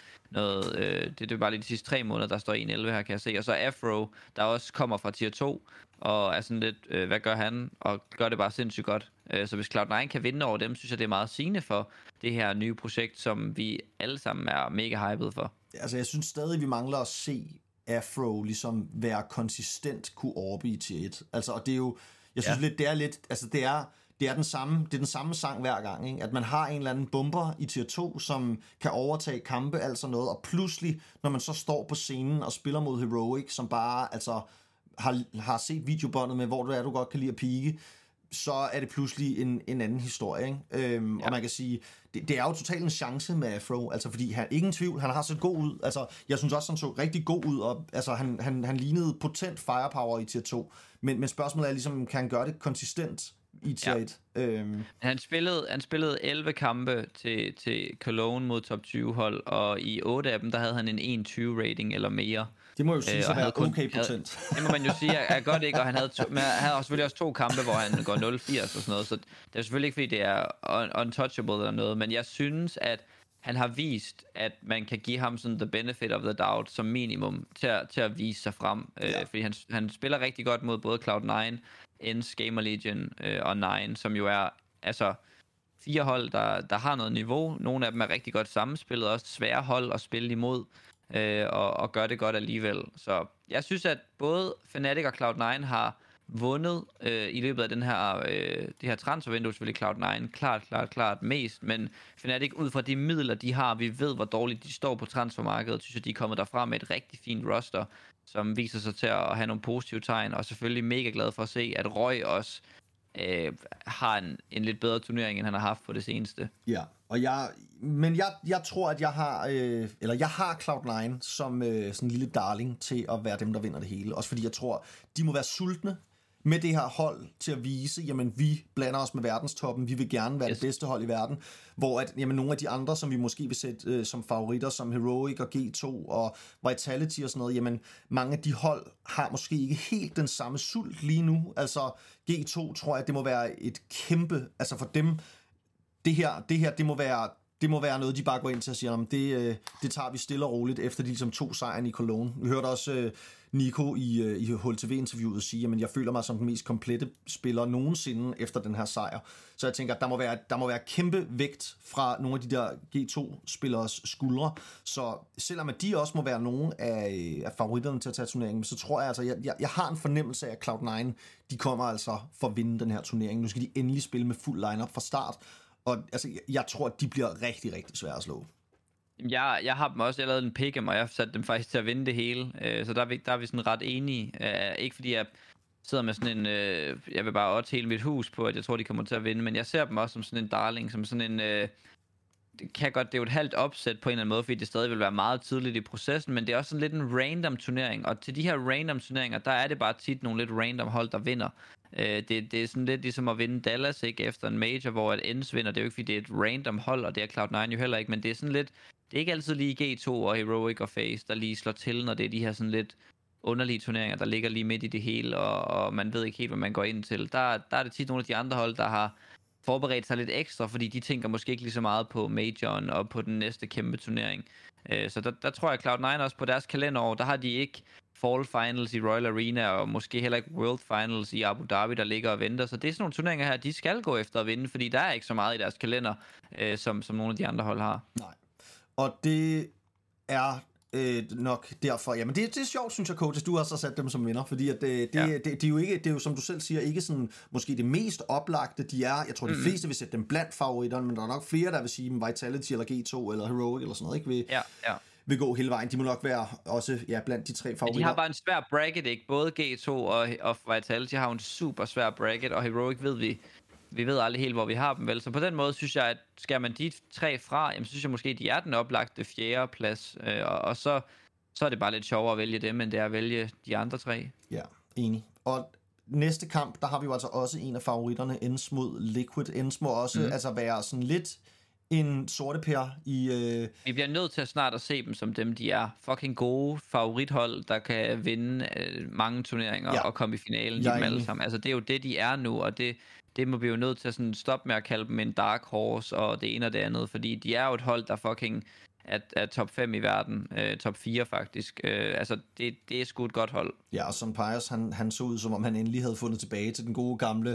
det er bare lige de sidste 3 måneder, der står 1-11 her, kan jeg se. Og så Afro, der også kommer fra tier 2, og er sådan lidt, hvad gør han? Og gør det bare sindssygt godt. Så hvis Cloud9 kan vinde over dem, synes jeg, det er meget sigende for det her nye projekt, som vi alle sammen er mega hyped for. Altså, jeg synes stadig, vi mangler at se Afro ligesom være konsistent kunne overbe i tier 1. Altså, og det er jo, jeg synes lidt, det er den samme sang hver gang, ikke? At man har en eller anden bomber i tier 2, som kan overtage kampe, altså noget, og pludselig, når man så står på scenen og spiller mod Heroic, som bare, altså, har set videobåndet med, hvor du godt kan lide at pike, så er det pludselig en anden historie, ikke? Og man kan sige, det er jo totalt en chance med Afro, altså fordi han ingen tvivl, han har set god ud, altså jeg synes også, han så rigtig god ud, og altså han lignede potent firepower i tier 2, men spørgsmålet er ligesom, kan han gøre det konsistent i tier 1? Han spillede 11 kampe til Cologne mod top 20 hold, og i 8 af dem, der havde han en 1-20 rating eller mere. Det må jo sige, at være okay potent. Det må man jo sige, er godt ikke, og han havde selvfølgelig også 2 kampe, hvor han går 0-80 og sådan noget, så det er selvfølgelig ikke, fordi det er untouchable eller noget, men jeg synes, at han har vist, at man kan give ham sådan the benefit of the doubt som minimum til at vise sig frem, fordi han spiller rigtig godt mod både Cloud9, ENCE, Gamer Legion og Nine, som jo er altså 4 hold, der har noget niveau. Nogle af dem er rigtig godt sammenspillet, også svære hold at spille imod, og gør det godt alligevel. Så jeg synes, at både Fnatic og Cloud9 har vundet i løbet af det her transfervindue, selvfølgelig Cloud9 klart mest, men Fnatic ud fra de midler, de har, vi ved, hvor dårligt de står på transfermarkedet, synes jeg, de er kommet derfra med et rigtig fint roster, som viser sig til at have nogle positive tegn, og selvfølgelig mega glad for at se, at Roy også har en lidt bedre turnering, end han har haft på det seneste. Ja, og jeg tror, at jeg har Cloud9 som sådan en lille darling til at være dem, der vinder det hele. Også fordi jeg tror, de må være sultne med det her hold til at vise, jamen vi blander os med verdenstoppen, vi vil gerne være det bedste hold i verden, hvor at, jamen, nogle af de andre, som vi måske vil sætte som favoritter, som Heroic og G2 og Vitality og sådan noget, jamen mange af de hold har måske ikke helt den samme sult lige nu. Altså G2 tror jeg, det må være et kæmpe, altså for dem, det her, det må være det må være noget, de bare går ind til og siger, det tager vi stille og roligt, efter de ligesom 2 sejren i Cologne. Vi hørte også Nico i HLTV-interviewet sige, at jeg føler mig som den mest komplette spiller nogensinde efter den her sejr. Så jeg tænker, at der må være kæmpe vægt fra nogle af de der G2-spilleres skuldre. Så selvom at de også må være nogle af favoritterne til at tage turneringen, så tror jeg altså, jeg har en fornemmelse af, at Cloud9, de kommer altså for at vinde den her turnering. Nu skal de endelig spille med fuld lineup fra start. Og altså, jeg tror, at de bliver rigtig, rigtig svære at slå. Jeg har dem også, jeg lavede en pick'em, og jeg har sat dem faktisk til at vinde det hele. Så der er vi sådan ret enige. Ikke fordi jeg sidder med sådan en, jeg vil bare odds hele mit hus på, at jeg tror, de kommer til at vinde, men jeg ser dem også som sådan en darling, som sådan en, det kan godt, det er jo et halvt opsæt på en eller anden måde, fordi det stadig vil være meget tidligt i processen, men det er også sådan lidt en random turnering, og til de her random turneringer, der er det bare tit nogle lidt random hold, der vinder. Det er sådan lidt ligesom at vinde Dallas, ikke, efter en major, hvor et Ends vinder. Det er jo ikke, fordi det er et random hold, og det er Cloud9 jo heller ikke, men det er sådan lidt, det er ikke altid lige G2 og Heroic og FaZe, der lige slår til, når det er de her sådan lidt underlige turneringer, der ligger lige midt i det hele, og man ved ikke helt, hvad man går ind til. Der er det tit nogle af de andre hold, der har forberedt sig lidt ekstra, fordi de tænker måske ikke lige så meget på majoren og på den næste kæmpe turnering. Så der tror jeg, Cloud9 også på deres kalenderår, der har de ikke Fall Finals i Royal Arena, og måske heller ikke World Finals i Abu Dhabi, der ligger og venter. Så det er sådan nogle turneringer her, de skal gå efter at vinde, fordi der er ikke så meget i deres kalender, som nogle af de andre hold har. Nej. Og det er nok derfor, jamen det er sjovt, synes jeg, Coates, du har så sat dem som vinder, fordi at det er jo ikke, det er jo, som du selv siger, ikke sådan, måske det mest oplagte, de er, jeg tror de fleste vil sætte dem blandt favoritterne, men der er nok flere, der vil sige, Vitality eller G2 eller Heroic eller sådan noget, ikke vil gå hele vejen. De må nok være også blandt de 3 favoritter. De har bare en svær bracket, ikke? Både G2 og Vitality har en super svær bracket, og Heroic ved vi ved aldrig helt, hvor vi har dem, vel? Så på den måde synes jeg, at skal man de 3 fra, jamen synes jeg måske, de er den oplagte 4. plads, og så er det bare lidt sjovere at vælge dem, end det er at vælge de andre 3. Ja, enig. Og næste kamp, der har vi jo altså også en af favoritterne, Ends mod Liquid. Ends må også altså være sådan lidt en sortepær i... Vi bliver nødt til at snart at se dem som dem, de er. Fucking gode favorithold, der kan vinde mange turneringer og komme i finalen, de dem alle sammen. Altså det er jo det, de er nu, og det må vi jo nødt til at sådan stoppe med at kalde dem en dark horse og det ene og det andet, fordi de er jo et hold, der fucking er top 5 i verden, top 4 faktisk. Altså det er sgu et godt hold. Ja, og Sun Pyres, han så ud, som om han endelig havde fundet tilbage til den gode gamle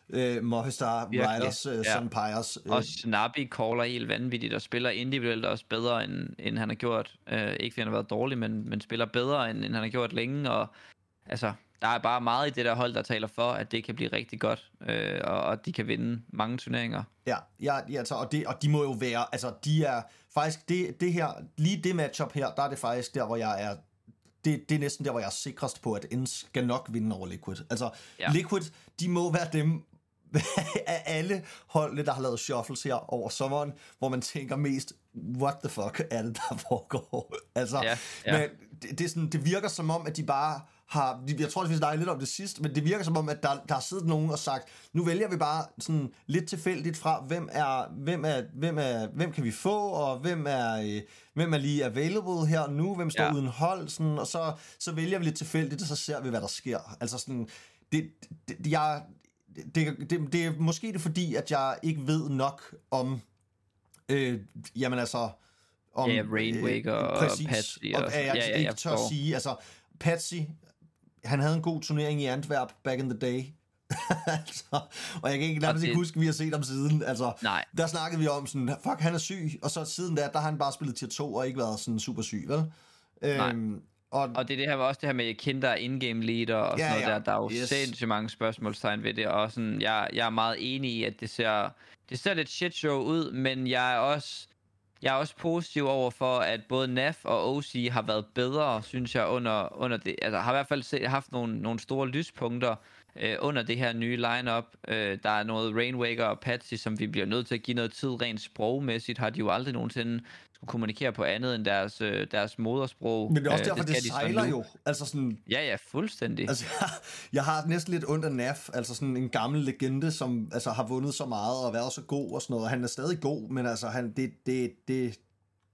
Movistar Riders, Sun Pyres. Og Snappy caller helt vanvittigt og spiller individuelt også bedre, end han har gjort. Ikke fordi han har været dårlig, men spiller bedre, end han har gjort længe, og altså... Der er bare meget i det der hold, der taler for, at det kan blive rigtig godt, og de kan vinde mange turneringer. Ja, altså, og de må jo være, altså de er faktisk, det her, lige det matchup her, der er det faktisk der, hvor jeg er, det er næsten der, hvor jeg er sikrest på, at Ends skal nok vinde over Liquid. Altså, Liquid, de må være dem af alle holdene, der har lavet shuffles her over sommeren, hvor man tænker mest, what the fuck er det, der foregår? Altså, men det er sådan, det virker som om, at de bare har, jeg tror, at vi snakkede lidt om det sidst, men det virker som om, at der har siddet nogen og sagt, nu vælger vi bare sådan lidt tilfældigt fra, hvem kan vi få, og hvem er lige available her nu, hvem står uden hold, sådan, og så vælger vi lidt tilfældigt, og så ser vi, hvad der sker. Altså sådan, det er måske det fordi, at jeg ikke ved nok om, jamen altså, om Rainwaker og Patsy. Og jeg ikke tør at sige, altså, Patsy, han havde en god turnering i Antwerp back in the day. Altså, og jeg kan ikke nærmest ikke huske, at vi har set ham siden. Altså, der snakkede vi om sådan, fuck, han er syg, og så siden der har han bare spillet tier 2 og ikke været sådan super syg, vel? Og det er det her også det her med Kinder in-game leader og sådan noget der er jo sindssygt mange spørgsmålstegn ved det, og sådan, jeg er meget enig i, at det ser lidt shit show ud, men jeg er også positiv over for, at både NAF og OC har været bedre, synes jeg, under det. Altså har i hvert fald haft nogle store lyspunkter under det her nye lineup. Der er noget Rainwaker og Patsy, som vi bliver nødt til at give noget tid rent sprogmæssigt. Har de jo aldrig nogensinde skulle kommunikere på andet end deres modersprog. Men det er også derfor, det sejler jo. Altså sådan, ja, fuldstændig. Altså, jeg har næsten lidt ondt af NAF, altså sådan en gammel legende, som altså har vundet så meget og været så god og sådan noget. Han er stadig god, men altså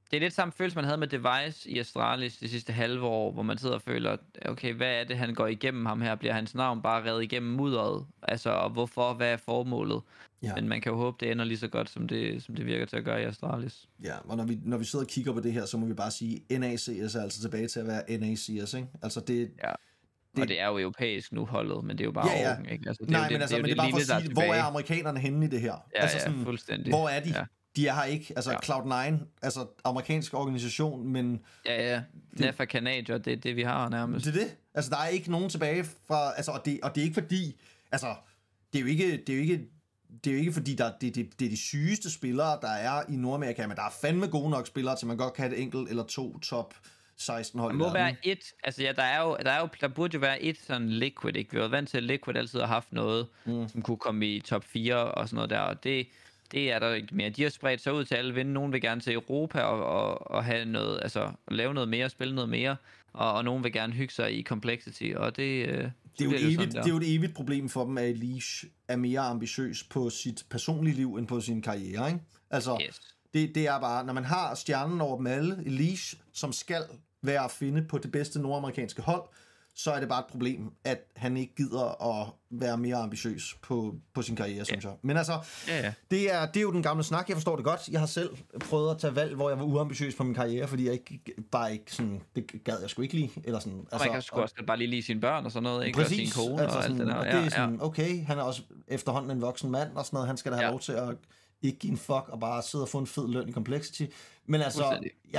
Det er lidt samme følelse, man havde med Device i Astralis de sidste halve år, hvor man sidder og føler, okay, hvad er det, han går igennem ham her? Bliver hans navn bare revet igennem mudderet? Altså, og hvorfor? Hvad er formålet? Ja. Men man kan jo håbe, det ender lige så godt, som det virker til at gøre i Astralis. Ja, og når vi sidder og kigger på det her, så må vi bare sige, NACS er altså tilbage til at være NACS, ikke? Altså det... Ja. Og det er jo europæisk nu holdet, men det er jo bare Orken, ikke? Altså, men det er bare for at sige, hvor er amerikanerne henne i det her? Ja, altså sådan, fuldstændig. Hvor er de? Ja. De er her ikke. Altså Cloud9, altså amerikansk organisation, men... Ja. Det er kanadier, det er det, vi har nærmest. Det er det. Altså, der er ikke nogen tilbage fra... Altså, og det er ikke fordi... Altså, det er jo ikke fordi, det er de sygeste spillere, der er i Nordamerika, men der er fandme gode nok spillere, til man godt kan have et enkelt eller to top 16 hold. Der må være et, altså ja, der burde jo være et sådan Liquid, ikke? Vi var vant til, at Liquid altid har haft noget, som kunne komme i top 4 og sådan noget der, og det er der ikke mere. De har spredt sig ud til alle vinde. Nogen vil gerne til Europa og have noget, altså lave noget mere, spille noget mere, og nogen vil gerne hygge sig i Complexity, og det er jo et evigt problem for dem, at Elige er mere ambitiøs på sit personlige liv, end på sin karriere, ikke? Altså, yes. Det er bare, når man har stjernen over dem alle, Elige, som skal være at finde på det bedste nordamerikanske hold, så er det bare et problem, at han ikke gider at være mere ambitiøs på sin karriere, synes jeg. Men altså, det er jo den gamle snak, jeg forstår det godt. Jeg har selv prøvet at tage valg, hvor jeg var uambitiøs på min karriere, fordi jeg bare ikke sådan, det gad jeg sgu ikke lige. Eller sådan, altså, man kan sgu også bare lige lide sine børn og sådan noget, ikke? Præcis, og sin kone altså og alt det der. Og det er sådan, okay, han er også efterhånden en voksen mand og sådan noget, han skal da have lov til at ikke give en fuck og bare sidde og få en fed løn i Complexity. Men altså,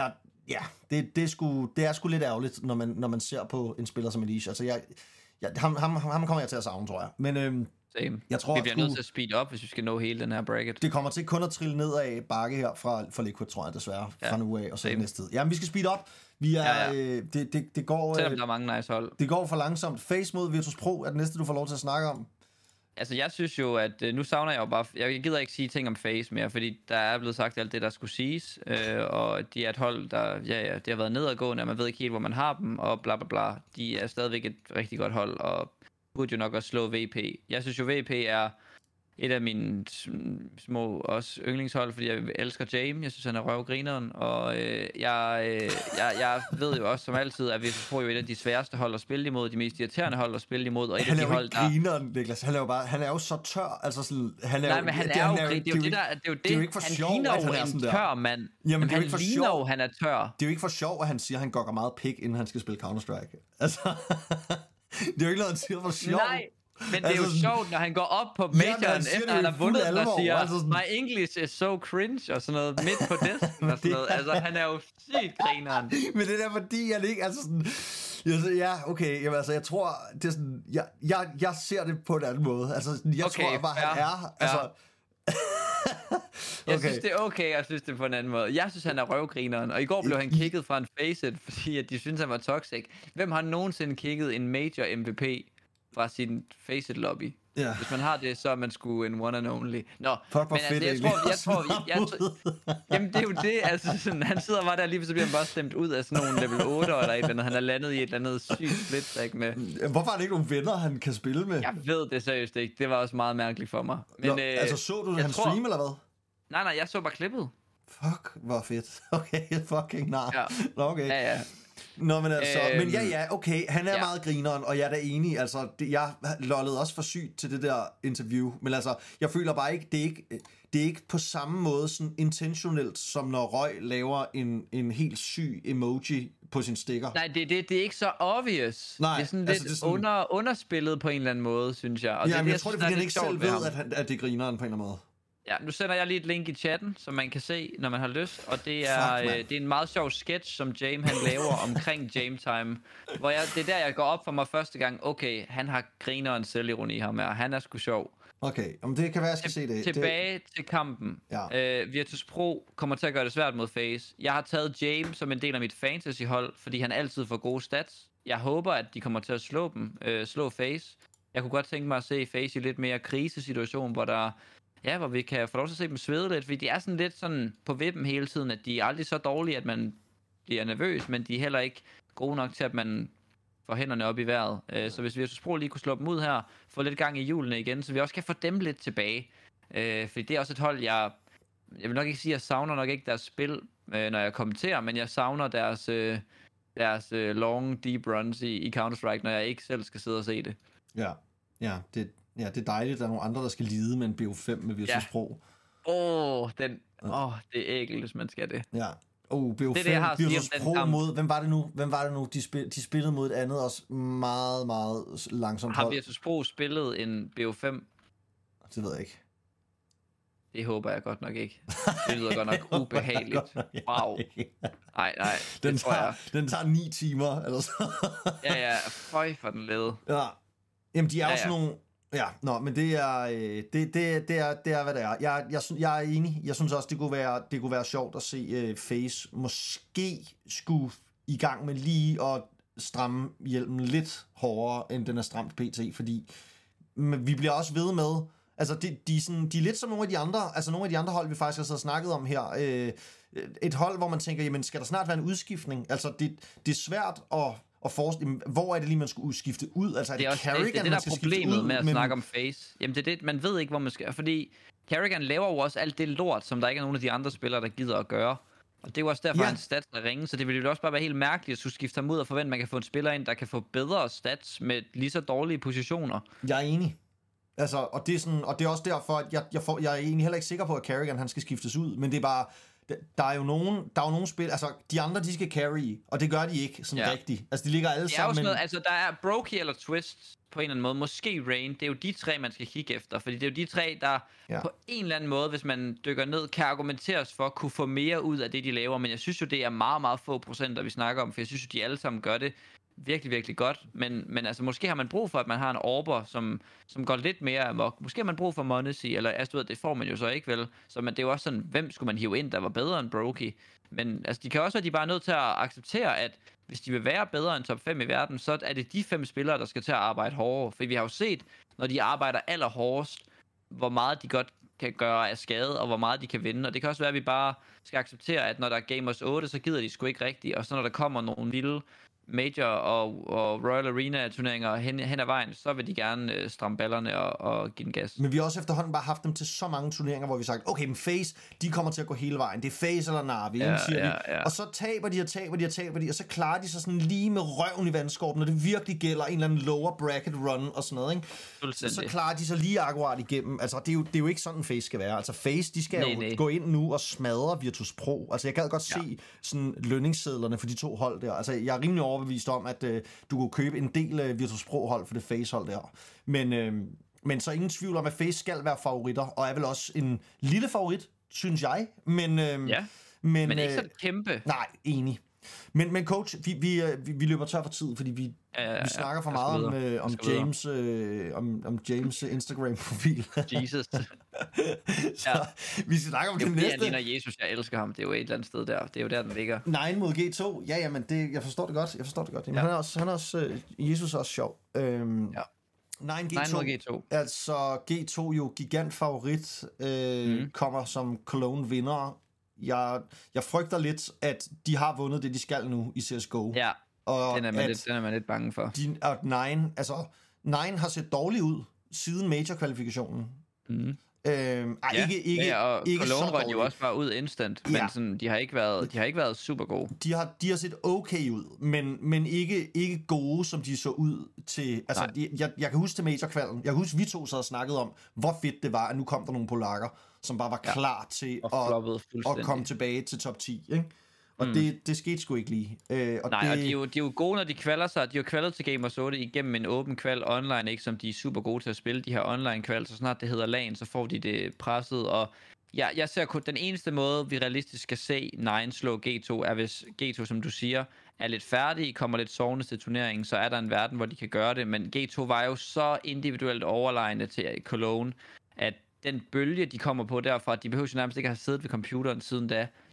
det er sgu lidt ærgerligt, når man ser på en spiller som Elige. Altså, ham kommer jeg til at savne, tror jeg. Men jeg tror, vi bliver nødt til at speede op, hvis vi skal nå hele den her bracket. Det kommer til kun at trille ned af bakke her fra Liquid, tror jeg desværre, fra nu af og så næste tid. Jamen, vi skal speede op. Vi er, det går... Selvom der er mange nice hold. Det går for langsomt. Face mod Virtus Pro er det næste, du får lov til at snakke om. Altså, jeg synes jo, at nu savner jeg jo bare... Jeg gider ikke sige ting om FaZe mere, fordi der er blevet sagt alt det, der skulle siges. Og de er et hold, der... det har været nedadgående, og man ved ikke helt, hvor man har dem, og bla bla bla. De er stadigvæk et rigtig godt hold, og burde jo nok også slå VP. Jeg synes jo, VP er et af mine små også yndlingshold, fordi jeg elsker James. Jeg synes, han er røvgrineren, og jeg ved jo også som altid, at vi får jo et af de sværeste hold at spille imod, de mest irriterende hold at spille imod, og et af de hold, der... Grineren, Niklas. Han er jo så tør, altså sådan... Han er jo ikke for sjov, at han er sådan der. Tør mand. Jamen, han ligner jo, han er tør. Det er jo ikke for sjov, at han siger, at han gokker meget pik, inden han skal spille Counter-Strike. Altså... det er jo ikke noget, han siger for sjov. Nej. Men det er jo sjovt, når han går op på majoren, efter han har vundet den, og siger, altså sådan... my English is so cringe, og sådan noget, midt på disken, og sådan noget. Altså, han er jo sygt grineren. Men det der, fordi han ikke, altså sådan... Ja, okay, jamen, altså, jeg tror, det er sådan... Jeg ser det på en anden måde. Altså, jeg tror bare, han er... Altså... Jeg synes, det er okay, jeg synes det på en anden måde. Jeg synes, han er røvgrineren, og i går blev han kicket fra en Faceit, fordi at de synes han var toxic. Hvem har nogensinde kigget en major MVP fra sin Faceit lobby? Ja. Hvis man har det, så er man sgu en one and only. Nå, fuck, men altså, jeg tror, jamen det er jo det, altså sådan, han sidder bare der lige, så bliver han bare stemt ud af sådan nogle level 8 eller et eller andet. Han er landet i et eller andet sygt split med. Hvorfor har han ikke nogen venner, han kan spille med? Jeg ved det seriøst ikke. Det var også meget mærkeligt for mig. Men, altså så du hans stream eller hvad? Nej, jeg så bare klippet. Fuck, hvor fedt. Okay, fucking nej. Ja. Okay. Ja. Nå, men altså, men okay, han er meget grineren, og jeg er da enig, altså, jeg lollede også for sygt til det der interview, men altså, jeg føler bare ikke, det er ikke på samme måde sådan intentionelt, som når Røg laver en helt syg emoji på sin sticker. Nej, det er ikke så obvious. Nej, det er sådan altså, lidt det er sådan... underspillet på en eller anden måde, synes jeg. Og ja, men jeg tror, det er, fordi han ikke selv ved, at det er grineren på en eller anden måde. Ja, nu sender jeg lige et link i chatten, som man kan se, når man har lyst. Og det er, det er en meget sjov sketch, som James han laver omkring Game Time. Hvor det er der, jeg går op for mig første gang. Okay, han har grineren selvironi ham her. Han er sgu sjov. Okay, om det kan være, jeg skal se det. Tilbage til kampen. Ja. Virtus Pro kommer til at gøre det svært mod FaZe. Jeg har taget James som en del af mit fantasy-hold, fordi han altid får gode stats. Jeg håber, at de kommer til at slå FaZe. Jeg kunne godt tænke mig at se FaZe i lidt mere krisesituation, hvor vi kan få lov til at se dem svede lidt, fordi de er sådan lidt sådan på vippen hele tiden, at de er aldrig så dårlige, at man bliver nervøs, men de er heller ikke gode nok til, at man får hænderne op i vejret. Så hvis Virtus Pro lige kunne slå dem ud her, få lidt gang i hjulene igen, så vi også kan få dem lidt tilbage. Fordi det er også et hold, jeg jeg vil nok ikke sige, at jeg savner nok ikke deres spil, når jeg kommenterer, men jeg savner deres long, deep runs i Counter-Strike, når jeg ikke selv skal sidde og se det. Ja, det er dejligt, at der er nogle andre, der skal lide med en BO5 med Virtus Pro. Det er ægelt, hvis man skal det. Ja. BO5, Virtus Pro mod, hvem var det nu? De spillede mod et andet også meget, meget langsomt hold. Har Virtus Pro spillet en BO5? Det ved jeg ikke. Det håber jeg godt nok ikke. Det lyder godt nok ubehageligt. Wow. Nej, den tager 9 timer, eller så. Ja, føj for den lede. Ja. Jamen, de er jo sådan nogle... Ja, men det er, hvad det er. Jeg er enig. Jeg synes også, det kunne være sjovt at se FaZe måske skulle i gang med lige at stramme hjelmen lidt hårdere, end den er stramt pt. Fordi vi bliver også ved med... Altså, de er lidt som nogle af de andre hold, vi faktisk har så snakket om her. Et hold, hvor man tænker, jamen, skal der snart være en udskiftning? Altså, det er svært at forestille, hvor er det lige, man skulle udskifte ud? Altså, er det Karrigan, man skal skifte ud? Det er problemet med at snakke om FaZe. Jamen, det er det, man ved ikke, hvor man skal... Fordi Karrigan laver jo også alt det lort, som der ikke er nogen af de andre spillere, der gider at gøre. Og det er jo også derfor, hans stats er ringe, så det ville jo også bare være helt mærkeligt at skulle skifte ham ud og forvente, at man kan få en spiller ind, der kan få bedre stats med lige så dårlige positioner. Jeg er enig. Altså, og det er også derfor, at jeg er egentlig heller ikke sikker på, at Karrigan han skal skiftes ud, men det er bare, der er jo nogle spil, altså de andre, de skal carry, og det gør de ikke sådan rigtigt. Altså, de ligger alle sammen. Det er jo altså, der er Brokey eller Twist på en eller anden måde, måske Rain, det er jo de tre, man skal kigge efter, fordi det er jo de tre, der på en eller anden måde, hvis man dykker ned, kan argumenteres for at kunne få mere ud af det, de laver, men jeg synes jo, det er meget, meget få procenter, vi snakker om, for jeg synes jo, de alle sammen gør det virkelig, virkelig godt, men altså måske har man brug for, at man har en Orber, som går lidt mere amok. Måske har man brug for m0NESY, eller altså, det får man jo så ikke vel. Så det er jo også sådan, hvem skulle man hive ind, der var bedre end Brokey? Men altså, de kan også være, de bare er nødt til at acceptere, at hvis de vil være bedre end top 5 i verden, så er det de 5 spillere, der skal til at arbejde hårdere. For vi har jo set, når de arbejder allerhårdest, hvor meget de godt kan gøre af skade, og hvor meget de kan vinde. Og det kan også være, at vi bare skal acceptere, at når der er Gamers 8, så gider de sgu ikke rigtigt. Og så når der kommer nogle lille Major og Royal Arena turneringer hen ad vejen, så vil de gerne stramme ballerne og give den gas. Men vi har også efterhånden bare haft dem til så mange turneringer, hvor vi har sagt, okay, men FaZe, de kommer til at gå hele vejen. Det er FaZe eller Na'Vi, siger de. Og så taber de, og så klarer de sig sådan lige med røven i vandskorpen, når det virkelig gælder en eller anden lower bracket run og sådan noget, ikke? Så klarer de sig lige akkurat igennem. Altså, det er jo ikke sådan, FaZe skal være. Altså, FaZe, de skal gå ind nu og smadre Virtus Pro. Altså, jeg gad godt se sådan lønningssedlerne for de to hold der. Altså, jeg er rimelig overbevist om, at du kunne købe en del Virtus Pro-hold for det FaZe-hold der. Men så ingen tvivl om, at FaZe skal være favoritter, og er vel også en lille favorit, synes jeg. Men ikke så kæmpe. Nej, enig. Men coach, vi løber tør for tid, fordi vi snakker for meget om James Instagram-profil. Jesus. Så vi snakker om det næste. Han ligner Jesus, jeg elsker ham. Det er jo et eller andet sted der. Det er jo der, den ligger. 9 mod G2. Ja, men jeg forstår det godt. Men han er også Jesus er også sjov. 9 mod G2. Altså G2 jo gigant favorit, kommer som Cologne vinder. Jeg frygter lidt, at de har vundet det, de skal nu i CSGO. Ja, og den er man lidt bange for. Nine har set dårligt ud siden major-kvalifikationen. Ikke Cologne røg jo også bare ud instant, men sådan, de har ikke været super gode. De har set okay ud, men ikke gode, som de så ud til. Altså, jeg kan huske til major-kvalen. Jeg kan huske, vi to så havde snakket om, hvor fedt det var, at nu kom der nogle polakker, som bare var klar til at komme tilbage til top 10, ikke? Og det skete sgu ikke lige. Og de er jo gode, når de kvalder sig. De har kvaldet til Gamers 8 igennem en åben kval online, ikke, som de er super gode til at spille. De her online kval, så snart det hedder LAN, så får de det presset. Og jeg ser kun, den eneste måde, vi realistisk skal se Nine slå G2, er hvis G2, som du siger, er lidt færdig, kommer lidt sovende til turneringen, så er der en verden, hvor de kan gøre det. Men G2 var jo så individuelt overlegne til Cologne, at den bølge, de kommer på derfra, de behøver jo nærmest ikke have siddet ved computeren siden da.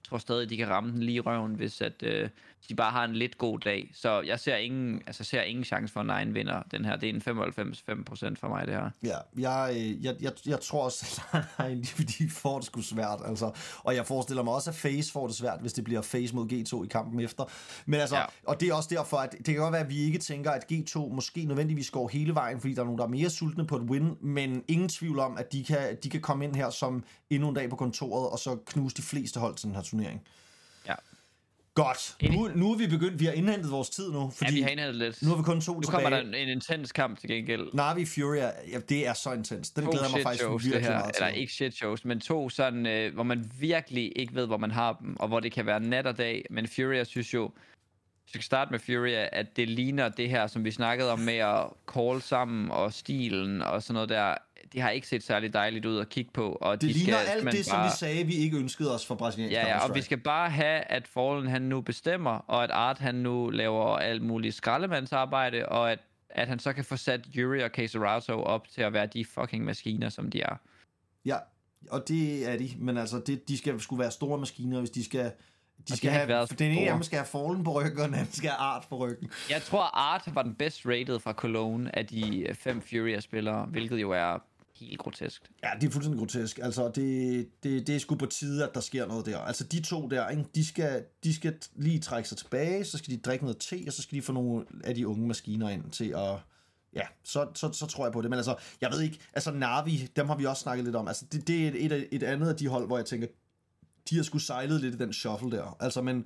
tror stadig, de kan ramme den lige i røven, hvis at, de bare har en lidt god dag. Så jeg ser ingen chance for, at Nine vinder den her. Det er en 95% for mig, det her. Ja, jeg tror også, at de får det sgu svært. Altså. Og jeg forestiller mig også, at FaZe får det svært, hvis det bliver FaZe mod G2 i kampen efter. Men altså, og det er også derfor, at det kan godt være, at vi ikke tænker, at G2 måske nødvendigvis går hele vejen, fordi der er nogen, der er mere sultne på et win, men ingen tvivl om, at de kan komme ind her som endnu en dag på kontoret, og så knuse de fleste hold til den her turnering. Ja. Godt. Nu er vi begyndt, vi har indhentet vores tid nu, fordi vi har indhentet lidt. Nu har vi kun 2 tilbage. Nu kommer der en intens kamp til gengæld. Navi Furia, det er så intens. Den glæder mig faktisk virkelig meget til. Eller ikke shit shows, men 2 sådan, hvor man virkelig ikke ved, hvor man har dem, og hvor det kan være nat og dag. Men Furia synes jo, hvis vi skal starte med Furia, at det ligner det her, som vi snakkede om med at call sammen, og stilen og sådan noget der. Det har ikke set særlig dejligt ud at kigge på. Og det ligner alt det, som vi sagde, vi ikke ønskede os for brasiliansk Counter-Strike. Ja, og vi skal bare have, at Fallen han nu bestemmer, og at Art han nu laver alt muligt skraldemandsarbejde, og at han så kan få sat Yuri og Caserato op til at være de fucking maskiner, som de er. Ja, og det er de, men altså, de skal skulle være store maskiner, hvis de skal... De skal have, for den ene af dem skal have Fallen på ryggen, og den anden skal have Art på ryggen. Jeg tror, Art var den bedst rated fra Cologne af de 5 Furia-spillere, hvilket jo er helt grotesk. Ja, det er fuldstændig grotesk. Altså, det er sgu på tide, at der sker noget der. Altså, de 2 der, ikke? De skal lige trække sig tilbage, så skal de drikke noget te, og så skal de få nogle af de unge maskiner ind til at... Ja, så tror jeg på det. Men altså, jeg ved ikke... Altså, Navi, dem har vi også snakket lidt om. Altså, det er et andet af de hold, hvor jeg tænker, de har sgu sejlet lidt i den shuffle der. Altså, men...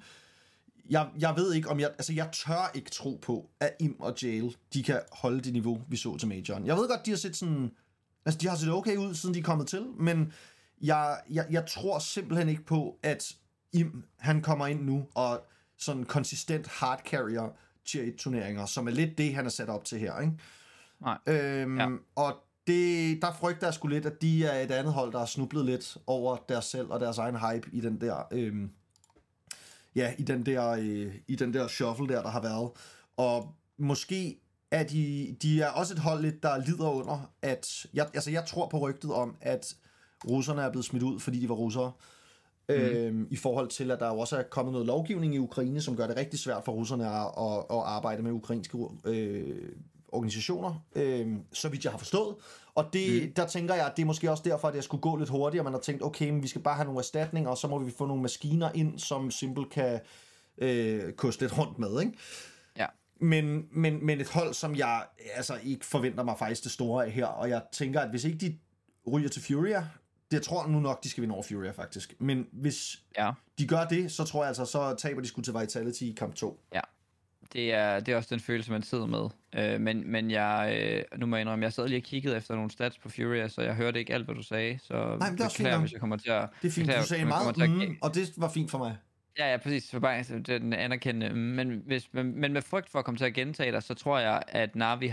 Jeg ved ikke, om jeg tør ikke tro på, at Im og Jail, de kan holde det niveau, vi så til Majoren. Jeg ved godt, de har set sådan... Altså, de har set okay ud, siden de er kommet til, men jeg tror simpelthen ikke på, at Im, han kommer ind nu, og sådan konsistent hardcarrier tier 1-turneringer, som er lidt det, han er sat op til her, ikke? Nej. Og der frygter jeg sgu lidt, at de er et andet hold, der har snublet lidt over deres selv og deres egen hype i den der... i den der shuffle der har været. Og måske er de er også et hold lidt, der lider under, at... Jeg tror på rygtet om, at russerne er blevet smidt ud, fordi de var russere. I forhold til, at der jo også er kommet noget lovgivning i Ukraine, som gør det rigtig svært for russerne at arbejde med ukrainske organisationer, så vidt jeg har forstået. Og der tænker jeg, at det er måske også derfor, at jeg skulle gå lidt hurtigere. Man har tænkt, okay, men vi skal bare have nogle erstatninger, og så må vi få nogle maskiner ind, som Simple kan koste lidt rundt med, ikke? Ja. Men et hold, som jeg altså ikke forventer mig faktisk det store af her, og jeg tænker, at hvis ikke de ryger til Furia, det tror jeg nu nok, de skal vinde over Furia faktisk. Men hvis de gør det, så tror jeg altså, så taber de sgu til Vitality i kamp 2. Ja. Det er også den følelse, man sidder med. Men jeg, nu må jeg indrømme, jeg sad lige og kiggede efter nogle stats på Furia, så jeg hørte ikke alt, hvad du sagde. Så nej, men det er også fint, hvis jeg kommer til at... Det er fint, du sagde meget, og det var fint for mig. Ja, præcis. Så bare den anerkendende. Men med frygt for at komme til at gentage dig, så tror jeg, at Navi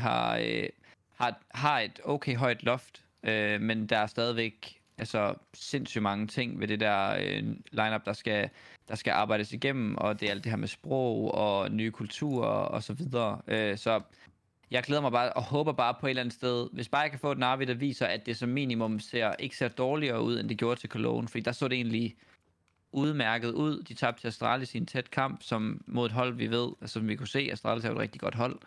har et okay højt loft, men der er stadigvæk sindssygt mange ting ved det der lineup, der skal arbejdes igennem, og det er alt det her med sprog og nye kulturer og så videre. Så jeg glæder mig bare og håber bare på et eller andet sted, hvis bare jeg kan få et Navi, der viser, at det som minimum ikke ser dårligere ud, end det gjorde til Cologne, fordi der så det egentlig udmærket ud. De tabte til Astralis i en tæt kamp, som mod et hold, vi ved, som vi kunne se, Astralis er et rigtig godt hold.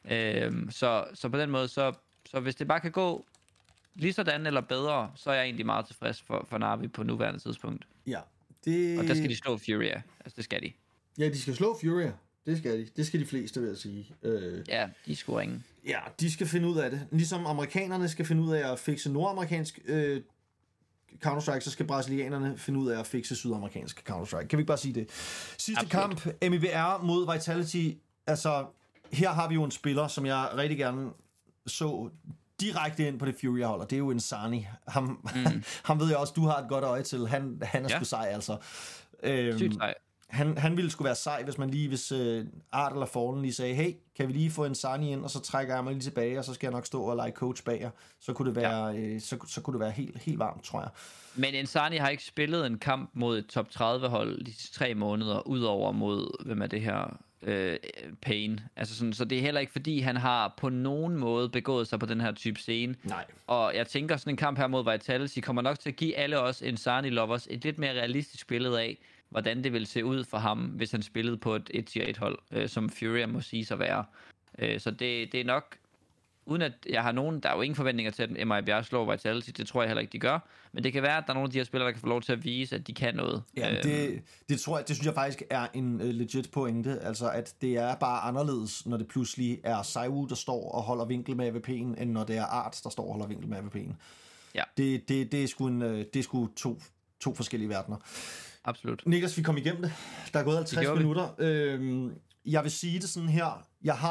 Så på den måde, så hvis det bare kan gå lige sådan eller bedre, så er jeg egentlig meget tilfreds for Navi på nuværende tidspunkt. Ja. Og der skal de slå Furia. Altså, det skal de. Ja, de skal slå Furia. Det skal de. Det skal de fleste, vil jeg sige. Ja, de skal ringe. Ja, de skal finde ud af det. Ligesom amerikanerne skal finde ud af at fikse nordamerikansk Counter-Strike, så skal brasilianerne finde ud af at fikse sydamerikansk Counter-Strike. Kan vi ikke bare sige det? Sidste kamp, MIBR mod Vitality. Altså, her har vi jo en spiller, som jeg rigtig gerne så direkte ind på det Furia-hold, og det er jo en Sani. Ham ved jeg også, du har et godt øje til. Han er sgu sej, altså. Sygt sej. Han ville sgu være sej, hvis Art eller Fallen lige sagde, hey, kan vi lige få en Sani ind, og så trækker jeg mig lige tilbage, og så skal jeg nok stå og lege coach bag jer. Så kunne det være, så kunne det være helt varmt, tror jeg. Men Insani har ikke spillet en kamp mod et top 30-hold de 3 måneder, udover mod, hvem er det her, Pain. Altså sådan, så det er heller ikke, fordi han har på nogen måde begået sig på den her type scene. Nej. Og jeg tænker, sådan en kamp her mod Vitality kommer nok til at give alle os Insani-lovers et lidt mere realistisk billede af, hvordan det ville se ud for ham, hvis han spillede på et tier 1 hold, som Fury må sige sig være. Så det er nok, uden at jeg har nogen, der er jo ingen forventninger til, at MIBR slår Vitality, det tror jeg heller ikke, de gør, men det kan være, at der er nogle af de her spillere, der kan få lov til at vise, at de kan noget. Ja, det synes jeg faktisk er en legit pointe, altså at det er bare anderledes, når det pludselig er Saiwu, der står og holder vinkel med AWP'en, end når det er Art, der står og holder vinkel med AWP'en. Ja. Det er sgu to forskellige verdener. Absolut. Niklas, vi kom igennem det. Der er gået 50 minutter. Jeg vil sige det sådan her.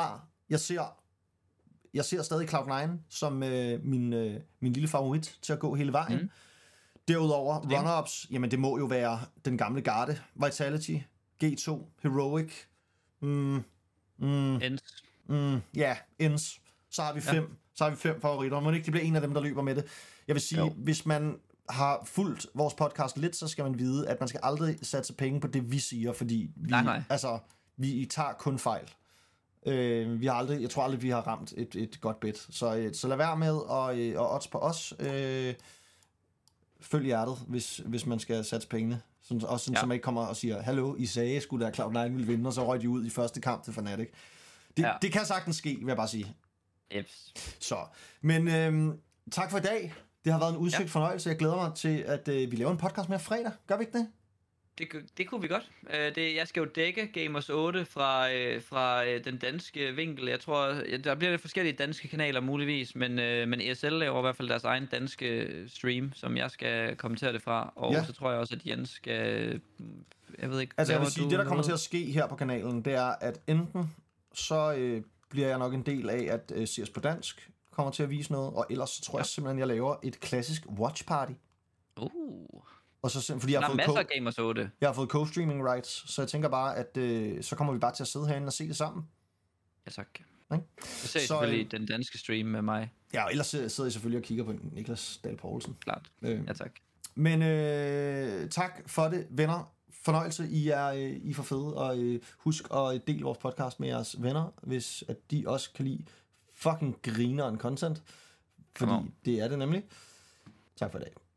Jeg ser stadig Cloud9 som min lille favorit til at gå hele vejen. Mm. Derudover, run-ups, jamen det må jo være den gamle garde. Vitality, G2, Heroic. Ends. Ends. Så har vi 5. Så har vi 5 favoritter. Må ikke det bliver en af dem, der løber med det. Jeg vil sige, hvis man har fulgt vores podcast lidt, så skal man vide, at man skal aldrig satse penge på det, vi siger, fordi vi tager kun fejl. Jeg tror aldrig, vi har ramt et godt bet. Så lad være med og odds på os. Følg hjertet, hvis man skal satse pengene. Så man ikke kommer og siger, hallo, I sagde, skulle der Cloud9 ville vinde, og så røg de ud i første kamp til Fnatic. Det kan sagtens ske, vil jeg bare sige. Yes. Så, men tak for i dag. Det har været en udsøgt fornøjelse. Jeg glæder mig til, at vi laver en podcast mere fredag. Gør vi ikke det? Det kunne vi godt. Jeg skal jo dække Gamers 8 fra den danske vinkel. Jeg tror, der bliver lidt forskellige danske kanaler muligvis, men ESL laver i hvert fald deres egen danske stream, som jeg skal kommentere det fra. Og så tror jeg også, at Jens skal... Jeg ved ikke... Altså jeg vil sige, det der kommer til at ske her på kanalen, det er, at enten så bliver jeg nok en del af, at CS på dansk kommer til at vise noget, og ellers så tror jeg simpelthen, jeg laver et klassisk watch party. Og så, fordi jeg har fået masser af Gamers 8. Jeg har fået co-streaming rights, så jeg tænker bare, at så kommer vi bare til at sidde herinde og se det sammen. Ja, tak. Okay? Så ser I selvfølgelig den danske stream med mig. Ja, og ellers sidder I selvfølgelig og kigger på Niklas Dahl Poulsen. Klart. Ja, tak. Men tak for det, venner. Fornøjelse, I er for fede, og husk at dele vores podcast med jeres venner, hvis at de også kan lide fucking grineren content. Fordi det er det nemlig. Tak for i dag.